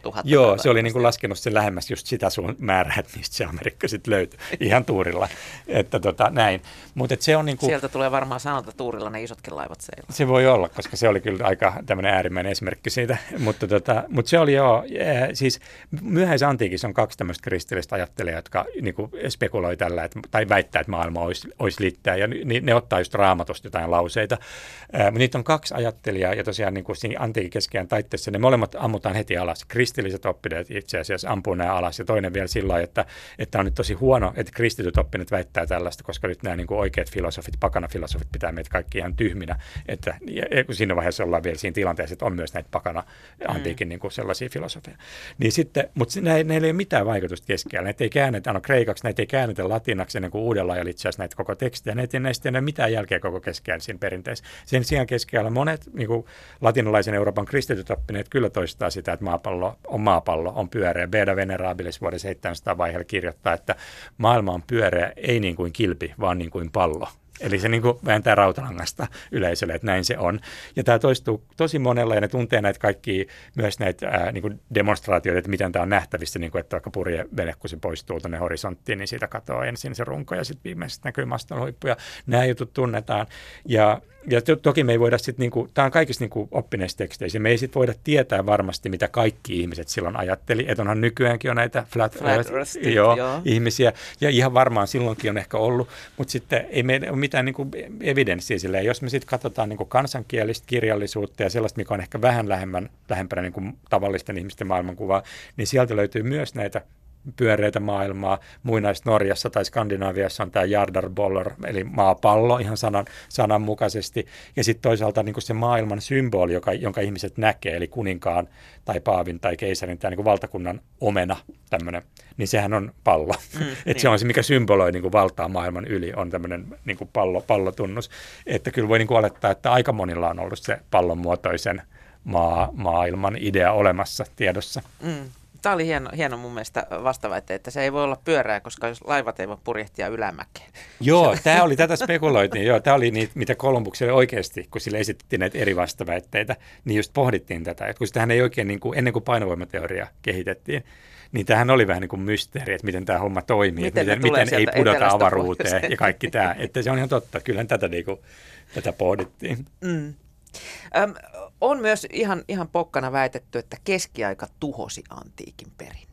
Joo, se oli niin kuin laskenut sen lähemmäs just sitä sun määrää, että mistä se Amerikka sitten löytyi ihan tuurilla. Että tota, näin. Mut et se on niin kuin, sieltä tulee varmaan sanonta tuurilla ne isotkin laivat seilaa. Se voi olla, koska se oli kyllä aika tämmöinen äärimmäinen esimerkki siitä. Mutta tota, mut se oli joo, siis myöhäisantiikissa on kaksi tämmöistä kristillistä ajattelijaa, jotka niin kuin spekuloi tällä, että, tai väittää, että maailma olisi, olisi litteä. Ja ne, ne ottaa just Raamatusta jotain lauseita. Mutta niitä on kaksi ajattelijaa, ja tosiaan niin kuin siinä antiikin keskiajan taitteessa ne molemmat ammutaan heti alas. Kristilliset oppineet itse asiassa ampuu nämä alas, ja toinen vielä sillä lailla, että, että on nyt tosi huono, että kristityt oppineet väittää tällaista, koska nyt nämä niin kuin oikeat filosofit, pakanafilosofit pitää meitä kaikki ihan tyhminä, että ja siinä vaiheessa ollaan vielä siinä tilanteessa, että on myös näitä pakana antiikin mm. niin kuin sellaisia filosofeja. Niin sitten, mutta näillä ei ole mitään vaikutusta keskiajalla. Näitä ei käännetä, no kreikaksi, näitä ei käännetä latinaksi ennen kuin uudella ajalla itse asiassa näitä koko tekstiä. Näitä ei näistä ei ole mitään jälkeä koko keskiajan siinä perinteessä. Sen sijaan keskiajalla monet niin kuin latinalaisen Euroopan kristityt oppineet kyllä toistaa sitä, että maapallo on maapallo, on pyöreä. Beda Venerabilis vuoden seitsemänsataa vaiheella kirjoittaa, että maailma on pyöreä, ei niin kuin kilpi, vaan niin kuin pallo. Eli se niin kuin vääntää rautalangasta yleisölle, että näin se on. Ja tämä toistuu tosi monella, ja ne tuntee näitä kaikkia, myös näitä ää, niin kuin demonstraatioita, että miten tämä on nähtävissä, niin kuin, että vaikka purjevene, kun se poistuu tuonne horisonttiin, niin siitä katoaa ensin se runko, ja sitten viimeiset näkyy maston huippuja. Nämä jutut tunnetaan. Ja, ja to, toki me ei voida sitten, niin tämä on kaikissa niin oppineissa teksteissä, me ei sitten voida tietää varmasti, mitä kaikki ihmiset silloin ajatteli. Että onhan nykyäänkin on näitä flat, flat earth, earth joo, joo. ihmisiä, ja ihan varmaan silloinkin on ehkä ollut, mutta sitten ei meillä ole mitään niin kuin evidenssiä silleen. Jos me sitten katsotaan niin kuin kansankielistä kirjallisuutta ja sellaista, mikä on ehkä vähän lähemmän, lähempänä niin kuin tavallisten ihmisten maailmankuvaa, niin sieltä löytyy myös näitä pyöreitä maailmaa. Muinais-Norjassa tai Skandinaaviassa on tämä Jardarbollor, eli maapallo ihan sanan, sananmukaisesti. Ja sitten toisaalta niin kuin se maailman symboli, joka, jonka ihmiset näkee, eli kuninkaan tai paavin tai keisarin, tämä niin kuin valtakunnan omena, tämmöinen, niin sehän on pallo. Mm, että niin. Se on se, mikä symboloi niin kuin valtaa maailman yli, on tämmöinen niin kuin pallo, pallotunnus. Että kyllä voi niin kuin olettaa, että aika monilla on ollut se pallon muotoisen maa, maailman idea olemassa tiedossa. Mm. Tämä oli hieno, hieno mun mielestä vastaväite, että se ei voi olla pyörää, koska jos laivat ei voi purjehtia ylämäkeen. Joo, tämä oli tätä spekuloitiin. Joo, tämä oli niitä, mitä Kolumbukselle oikeasti, kun sille esitettiin näitä eri vastaväitteitä, niin just pohdittiin tätä. Että kun sitähän ei oikein, niin kuin, ennen kuin painovoimateoria kehitettiin, niin tämähän oli vähän niin kuin mysteeri, että miten tämä homma toimii, miten, miten, miten ei pudota avaruuteen ja kaikki tämä. Että se on ihan totta, kyllähän tätä, niin kuin, tätä pohdittiin. Mm. Öm, on myös ihan, ihan pokkana väitetty, että keskiaika tuhosi antiikin perinnön.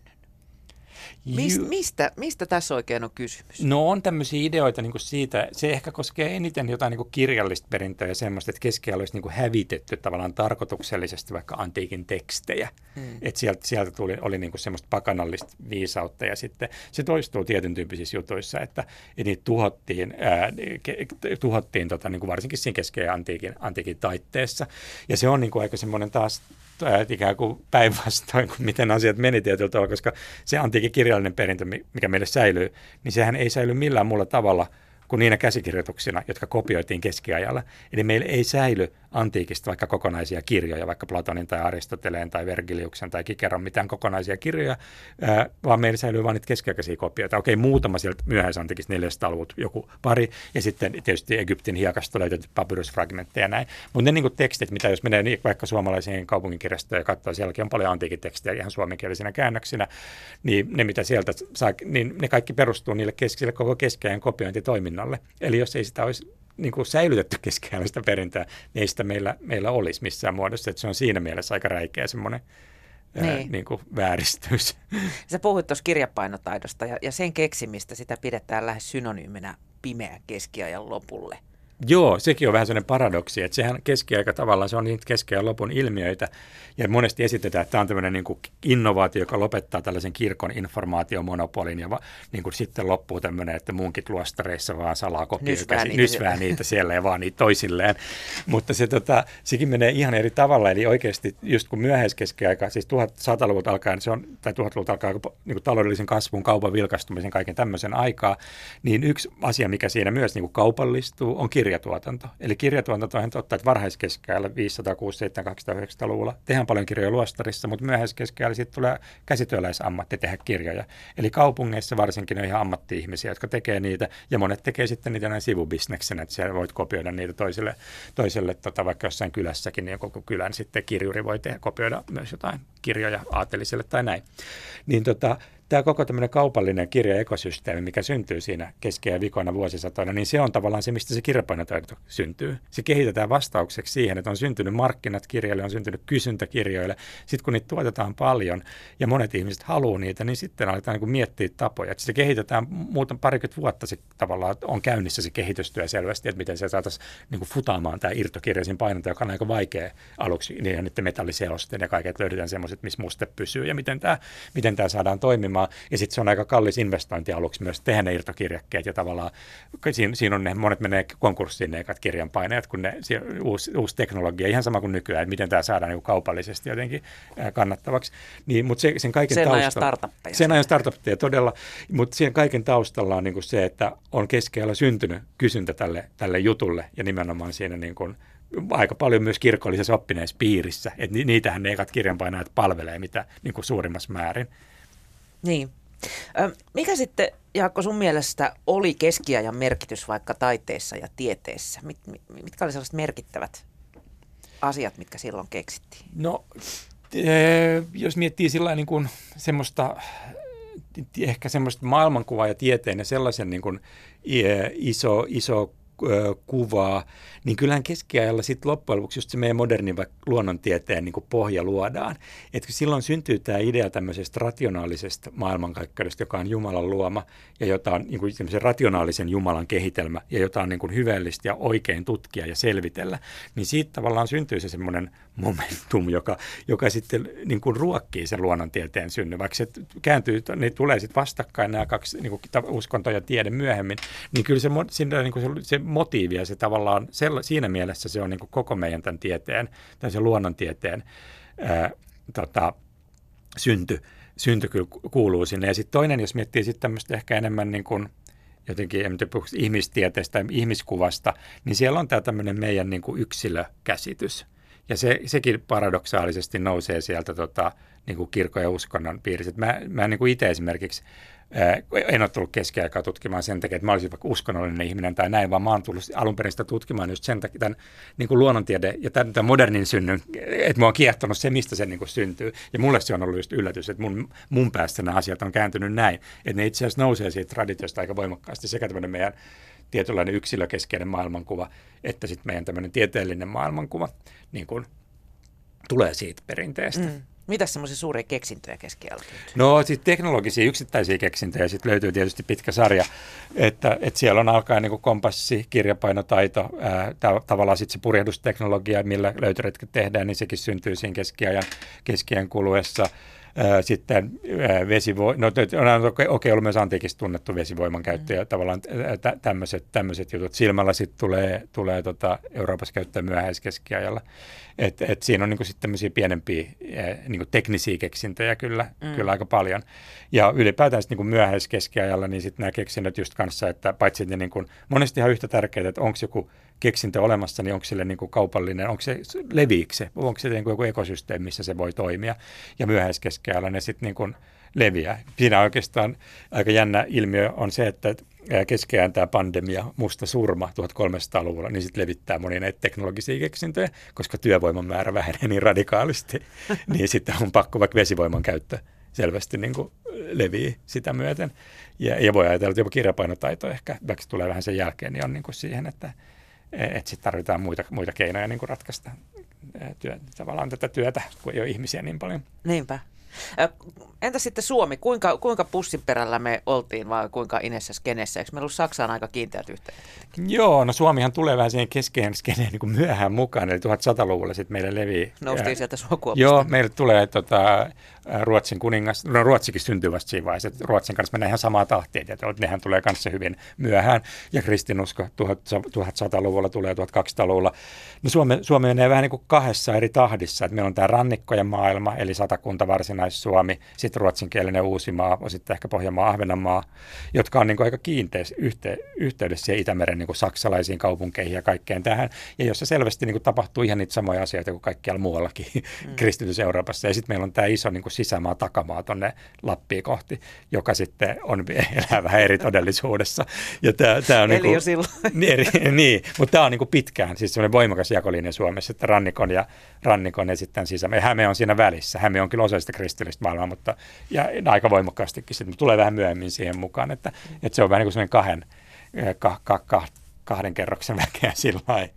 Mis, mistä, mistä tässä oikein on kysymys? No on tämmöisiä ideoita niin kuin siitä, se ehkä koskee eniten jotain niin kuin kirjallista perintöä ja semmoista, että keskiajalla olisi niin kuin hävitetty tavallaan tarkoituksellisesti vaikka antiikin tekstejä. Hmm. Että sieltä, sieltä tuli, oli niin kuin semmoista pakanallista viisautta ja sitten se toistuu tietyn tyyppisissä jutuissa, että, että niitä tuhottiin, ää, tuhottiin tota, niin kuin varsinkin siinä keskiajan antiikin, antiikin taitteessa. Ja se on niin kuin aika semmoinen taas ikään kuin päinvastoin kuin miten asiat meni tietyllä tavalla, koska se antiikin kirjallinen perintö, mikä meille säilyy, niin sehän ei säily millään muulla tavalla kuin niinä käsikirjoituksina, jotka kopioitiin keskiajalla. Eli meillä ei säily antiikista vaikka kokonaisia kirjoja, vaikka Platonin tai Aristoteleen tai Vergiliuksen tai Kikeron mitään kokonaisia kirjoja, ää, vaan meillä säilyy vain niitä keskiaikaisia kopioita. Okei, muutama sieltä myöhäisantiikista neljäsataa-luvut, joku pari, ja sitten tietysti Egyptin hiekasta löytyy papyrusfragmentteja ja näin. Mutta ne niin kuin tekstit, mitä jos menee vaikka suomalaisiin kaupunginkirjastoon ja katsoo, sielläkin on paljon antiikin tekstejä ihan suomenkielisinä käännöksinä, niin ne mitä sieltä saa, niin ne kaikki perustuu niille keskille koko keskiajan kopiointitoiminnalle. Eli jos ei sitä olisi niin kuin säilytetty keskiaikaista perintää, niin ei sitä meillä, meillä olisi missään muodossa. Että se on siinä mielessä aika räikeä semmoinen niin. ää, niin kuin vääristys. Sä puhuit tuossa kirjapainotaidosta ja, ja sen keksimistä sitä pidetään lähes synonyyminä pimeän keskiajan lopulle. Joo, sekin on vähän sellainen paradoksi, että sehän keskiaika tavallaan, se on niitä keskiajan lopun ilmiöitä, ja monesti esitetään, että tämä on tämmöinen niin kuin innovaatio, joka lopettaa tällaisen kirkon informaatiomonopolin, ja va, niin kuin sitten loppuu tämmöinen, että munkit luostareissa vaan salaa kopioita, nysvää niitä siellä ja vaan niitä toisilleen, mutta se, tota, sekin menee ihan eri tavalla, eli oikeasti just kun myöhäiskeskiaika, siis tuhatsataluvulta alkaen, se on, tai tuhatluvulta alkaen niin kuin taloudellisen kasvun, kaupan vilkastumisen, kaiken tämmöisen aikaa, niin yksi asia, mikä siinä myös niin kuin kaupallistuu, on kirjallisuus. kirjatuotanto. Eli kirjatuotanto on totta, että varhaiskeskeajalla viisisataa, kuusisataa, kahdeksansataa, yhdeksänsataaluvulla tehdään paljon kirjoja luostarissa, mutta myöhäiskeskeajalla sitten tulee käsityöläisammatti tehdä kirjoja. Eli kaupungeissa varsinkin on ihan ammatti-ihmisiä, jotka tekee niitä, ja monet tekee sitten niitä näin sivubisneksenä, että siellä voit kopioida niitä toiselle, toiselle tota, vaikka jossain kylässäkin, niin koko kylän sitten kirjuri voi tehdä, kopioida myös jotain kirjoja aateliselle tai näin. Niin tota, tämä koko tämmöinen kaupallinen kirjaekosysteemi, mikä syntyy siinä kesken ja vikoina vuosisatoina, niin se on tavallaan se, mistä se kirjapainotaito syntyy. Se kehitetään vastaukseksi siihen, että on syntynyt markkinat kirjoille, on syntynyt kysyntä kirjoille. Sitten kun niitä tuotetaan paljon ja monet ihmiset haluaa niitä, niin sitten aletaan niin kuin miettiä tapoja. Että se kehitetään muuten parikymmentä vuotta se tavallaan on käynnissä se kehitystyö selvästi, että miten se saataisiin niin kuin futaamaan tämä irtokirjaisin painonta, joka on aika vaikea aluksi, niin ja niiden metalliseosten ja kaiket löydetään semmoiset, missä muste pysyy ja miten tämä, miten tämä saadaan toimimaan. Ja sitten se on aika kallis investointi aluksi myös tehdä ne irtokirjakkeet ja tavallaan siinä, siinä on ne, monet menee konkurssiin ne ekat kirjanpainajat, kun ne, se, uusi, uusi teknologia, ihan sama kuin nykyään, että miten tämä saadaan niin kaupallisesti jotenkin kannattavaksi. Niin, mutta se, sen kaiken sen taustalla, ajan startuppeja. Sen ajan startuppeja todella, mutta sen kaiken taustalla on niin kuin se, että on keskellä syntynyt kysyntä tälle, tälle jutulle ja nimenomaan siinä niin kuin aika paljon myös kirkollisessa oppineessa piirissä, että niitähän ne ekat kirjanpainajat palvelee mitä niin kuin suurimmassa määrin. Niin. Mikä sitten, Jaakko, sun mielestä oli keskiajan merkitys vaikka taiteessa ja tieteessä? Mit, mitkä oli sellaiset merkittävät asiat, mitkä silloin keksittiin? No, jos miettii sillä niin kuin semmoista, ehkä semmoista maailmankuvaa ja tieteen ja sellaisen niin kuin iso, iso kuvaa, niin kyllähän keskiajalla sitten loppujen lopuksi just se meidän modernin luonnontieteen niin kuin pohja luodaan. Että silloin syntyy tämä idea tämmöisestä rationaalisesta maailmankaikkeudesta, joka on Jumalan luoma ja jota on niin kuin rationaalisen Jumalan kehitelmä ja jota on niin kuin hyvällistä ja oikein tutkia ja selvitellä. Niin siitä tavallaan syntyy se semmoinen momentum, joka, joka sitten niin kuin ruokkii sen luonnontieteen synny. Vaikka se kääntyy, niin tulee sitten vastakkain nämä kaksi, niin kuin uskonto ja tiede myöhemmin, niin kyllä se, siinä, niin kuin se, se motiivi ja se tavallaan sella, siinä mielessä se on niin kuin koko meidän tämän tieteen, tämän sen luonnontieteen ää, tota, synty, synty kyllä kuuluu sinne. Ja sitten toinen, jos miettii sitten tämmöistä ehkä enemmän niin kuin jotenkin en puhu ihmistieteestä tai ihmiskuvasta, niin siellä on tämä tämmöinen meidän niin kuin yksilökäsitys. Ja se, sekin paradoksaalisesti nousee sieltä tota, niin kuin kirkon ja uskonnon piirissä. Mä, mä niin kuin itse esimerkiksi ää, en ole tullut keskiaikaa tutkimaan sen takia, että mä olisin vaikka uskonnollinen ihminen tai näin, vaan mä oon tullut alun perin sitä tutkimaan just sen takia, tämän niin kuin luonnontiede ja tämän, tämän modernin synnyn, että mä oon kiehtonut se, mistä se niin kuin syntyy. Ja mulle se on ollut just yllätys, että mun, mun päässä nämä asiat on kääntynyt näin, että ne itse asiassa nousee siitä traditiosta aika voimakkaasti sekä tämmöinen meidän tietynlainen yksilökeskeinen maailmankuva, että sitten meidän tämmöinen tieteellinen maailmankuva niin kuin tulee siitä perinteestä. Mm. Mitäs semmoisia suuria keksintöjä keskiajalla? No sitten teknologisia yksittäisiä keksintöjä, sitten löytyy tietysti pitkä sarja, että, että siellä on alkaen niin kuin kompassi, kirjapainotaito, ää, tavallaan sitten se purjehdusteknologia, millä löytöretket tehdään, niin sekin syntyy siinä keskiajan, keskiajan kuluessa. Sitten vesivoima, no on okei okay, ollut myös antiikista tunnettu vesivoiman käyttö ja tavallaan tämmöiset, tämmöiset jutut. Silmällä sitten tulee, tulee tota Euroopassa käyttää myöhäiskeskiajalla. Et, et siinä on niinku sitten tämmöisiä pienempiä niinku teknisiä keksintöjä kyllä, mm. kyllä aika paljon. Ja ylipäätään sitten niinku myöhäiskeskiajalla niin sitten nämä keksinnöt just kanssa, että paitsi että ne niinku, monesti ihan yhtä tärkeää, että onko joku keksintö olemassa, niin onko sille niinku kaupallinen, onko se leviikö se, onko se niinku joku ekosysteemi, missä se voi toimia. Ja myöhäiskeskiajalla ne sitten niinku leviää. Siinä oikeastaan aika jännä ilmiö on se, että keskiajan tämä pandemia, musta surma tuhatkolmesataaluvulla, niin sitten levittää monia näitä teknologisia keksintöjä, koska työvoiman määrä vähenee niin radikaalisti, niin sitten on pakko vaikka vesivoiman käyttö selvästi niin kuin levii sitä myöten. Ja, ja voi ajatella, että jopa kirjapainotaito ehkä, vaikka tulee vähän sen jälkeen, niin on niin kuin siihen, että, että sitten tarvitaan muita, muita keinoja niin kuin ratkaista työ, tavallaan tätä työtä, kun ei ole ihmisiä niin paljon. Niinpä. Entä sitten Suomi? Kuinka, kuinka pussin perällä me oltiin vai kuinka inessä skenessä? Eikö meillä ollut Saksaan aika kiinteät yhteydet? Joo, no Suomihan tulee vähän siihen keskeen skeneen niin kuin myöhään mukaan, eli tuhatsataluvulla sitten meille levii. Noustiin sieltä suokuopasta. Joo, meille tulee tota, Ruotsin kuningas, no Ruotsikin syntyy vasta siinä vaiheessa, että Ruotsin kanssa mennään ihan samaa tahtia, että nehän tulee kanssa hyvin myöhään, ja kristinusko tuhatsataluvulla tulee tuhatkaksisataaluvulla. No Suomi, Suomi menee vähän niin kuin kahdessa eri tahdissa, että meillä on tämä rannikkojen maailma, eli Satakunta, Varsinainen Varsinais-Suomi, sitten ruotsinkielinen Uusimaa, sitten ehkä Pohjanmaa, Ahvenanmaa, jotka on niin kuin aika kiinteässä yhte, yhteydessä Itämeren niin kuin saksalaisiin kaupunkeihin ja kaikkeen tähän, ja jossa selvästi niin kuin tapahtuu ihan niitä samoja asioita kuin kaikkialla muuallakin mm. kristityssä Euroopassa. Ja sitten meillä on tämä iso niin kuin sisämaa, takamaa tuonne Lappiin kohti, joka sitten on elää vähän eri todellisuudessa. Ja tää, tää on Eli niin kuin, jo silloin. Niin, niin, mutta tämä on niin kuin pitkään, siis semmoinen voimakas jakolinja Suomessa, että rannikon ja rannikon ja sitten sisämaa. Ja Häme on siinä välissä. Häme on kyllä osa sitä kristillistä maailmaa, mutta ja aika voimakkaastikin sitten tulee vähän myöhemmin siihen mukaan, että, että se on vähän niin kuin semmoinen kahden, ka, ka, ka, kahden kerroksen väkeä sillä lailla.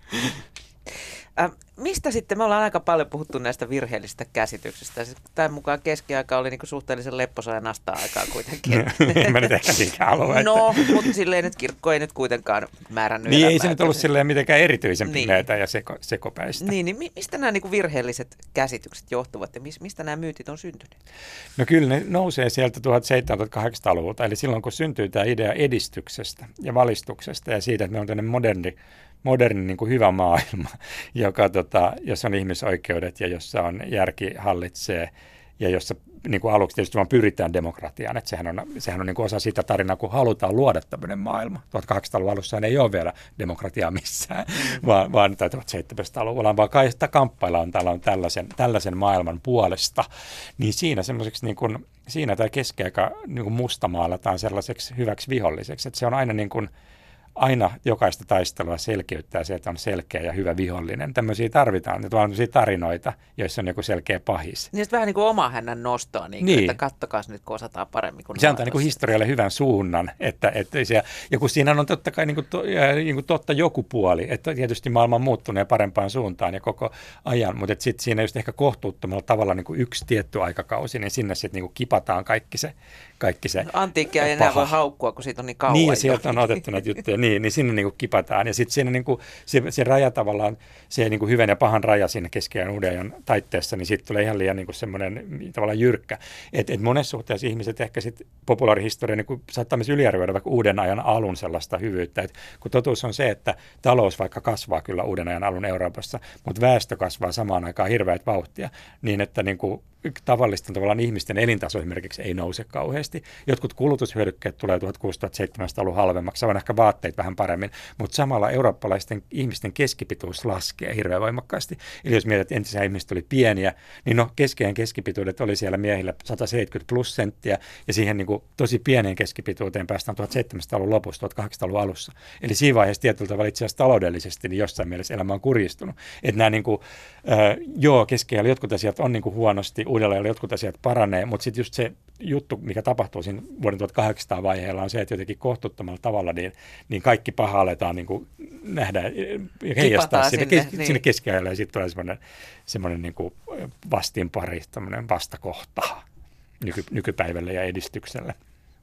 Äh, mistä sitten, me ollaan aika paljon puhuttu näistä virheellisistä käsityksistä. Tämän mukaan keskiaika oli niinku suhteellisen lepposa ja nastaa aikaa kuitenkin. En mä nyt ehkä niinkään halua. No, mutta silleen, että kirkko ei nyt kuitenkaan määrännyt Niin, elämää. ei se nyt ollut silleen mitenkään erityisen niin. pimeätä ja seko, sekopäistä. Niin, niin mistä nämä niinku virheelliset käsitykset johtuvat ja mistä nämä myytit on syntyneet? No kyllä ne nousee sieltä tuhatseitsemänsataa-kahdeksansataaluvulta, eli silloin kun syntyy tämä idea edistyksestä ja valistuksesta ja siitä, että me on tämmöinen moderni moderni niin kuin hyvä maailma, joka, tota, jossa on ihmisoikeudet ja jossa on järki hallitsee ja jossa niin kuin aluksi tietysti vaan pyritään demokratiaan. Että sehän on, sehän on niin kuin osa sitä tarinaa, kun halutaan luoda tämmöinen maailma. tuhatkahdeksansataaluvun alussa ei ole vielä demokratiaa missään, mm. vaan, vaan tai tuhatseitsemänsataaluvulla, vaan kai sitä kamppaillaan on tällaisen, tällaisen maailman puolesta. Niin siinä semmoiseksi, niin kuin, siinä tämä keskiaika niin kuin mustamaalataan sellaiseksi hyväksi viholliseksi, että se on aina niin kuin aina jokaista taistelua selkeyttää se, että on selkeä ja hyvä vihollinen. Tämmöisiä tarvitaan, nyt on tämmöisiä tarinoita, joissa on joku selkeä pahis. Niin vähän niin kuin oma hännän nostoa, niin niin. Että kattokaas nyt, kun osataan paremmin kuin se antaa niin kuin historialle hyvän suunnan. Että, että se, ja kun siinä on totta kai niin kuin to, niin kuin totta joku puoli, että tietysti maailma on muuttunut ja parempaan suuntaan ja koko ajan, mutta sitten siinä just ehkä kohtuuttomalla tavalla niin kuin yksi tietty aikakausi, niin sinne sitten niin kuin kipataan kaikki se, kaikki se antiikkia ei enää voi haukkua, kun siitä on niin kauan. Niin, ja sieltä on otettu näitä juttuja, niin, niin sinne niin kuin kipataan. Ja sitten siinä niin kuin, se, se raja tavallaan, se niin kuin hyvän ja pahan raja siinä keskiajan uuden ajan taitteessa, niin siitä tulee ihan liian niin kuin semmoinen tavallaan jyrkkä. Että et monessa suhteessa ihmiset ehkä sitten populaarihistoria niin kuin saattaa myös yliarvioida vaikka uuden ajan alun sellaista hyvyyttä. Et kun totuus on se, että talous vaikka kasvaa kyllä uuden ajan alun Euroopassa, mutta väestö kasvaa samaan aikaan hirveät vauhtia, niin että niin kuin tavallisten tavallaan ihmisten elintaso esimerkiksi ei nouse kauheasti. Jotkut kulutushyödykkeet tulee tuhatkuusisataaseitsemänsataa-luvun halvemmaksi, saavat ehkä vaatteet vähän paremmin, mutta samalla eurooppalaisten ihmisten keskipituus laskee hirveän voimakkaasti. Eli jos mietit, että entisiä ihmiset oli pieniä, niin no keskeinen keskipituudet oli siellä miehillä sata seitsemänkymmentä plus senttiä, ja siihen niin kuin tosi pieneen keskipituuteen päästään tuhatseitsemänsataaluvun lopussa, tuhatkahdeksansataaluvun alussa. Eli siinä vaiheessa tietyllä tavalla itse asiassa taloudellisesti niin jossain mielessä elämä on kurjistunut. Että nämä niin kuin, äh, joo, keskiajalla jotkut asiat on niin kuin huonosti, uudella jotkut asiat paranee, mutta sitten just se juttu, mikä tapahtuu siinä vuoden tuhatkahdeksansataa vaiheella, on se, että jotenkin kohtuuttomalla tavalla niin, niin kaikki paha aletaan niin kuin nähdä ja heijastaa sinne, sinne, niin. sinne keskiajalle, ja sitten tulee semmoinen, semmoinen niin kuin vastinpari, semmoinen vastakohta nyky, nykypäivälle ja edistykselle.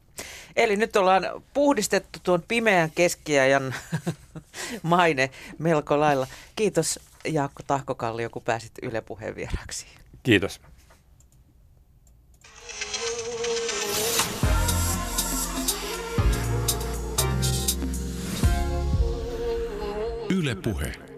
Eli nyt ollaan puhdistettu tuon pimeän keskiajan maine melko lailla. Kiitos Jaakko Tahkokallio, kun pääsit Yle Puheen vieraksi. Kiitos. Yle Puhe.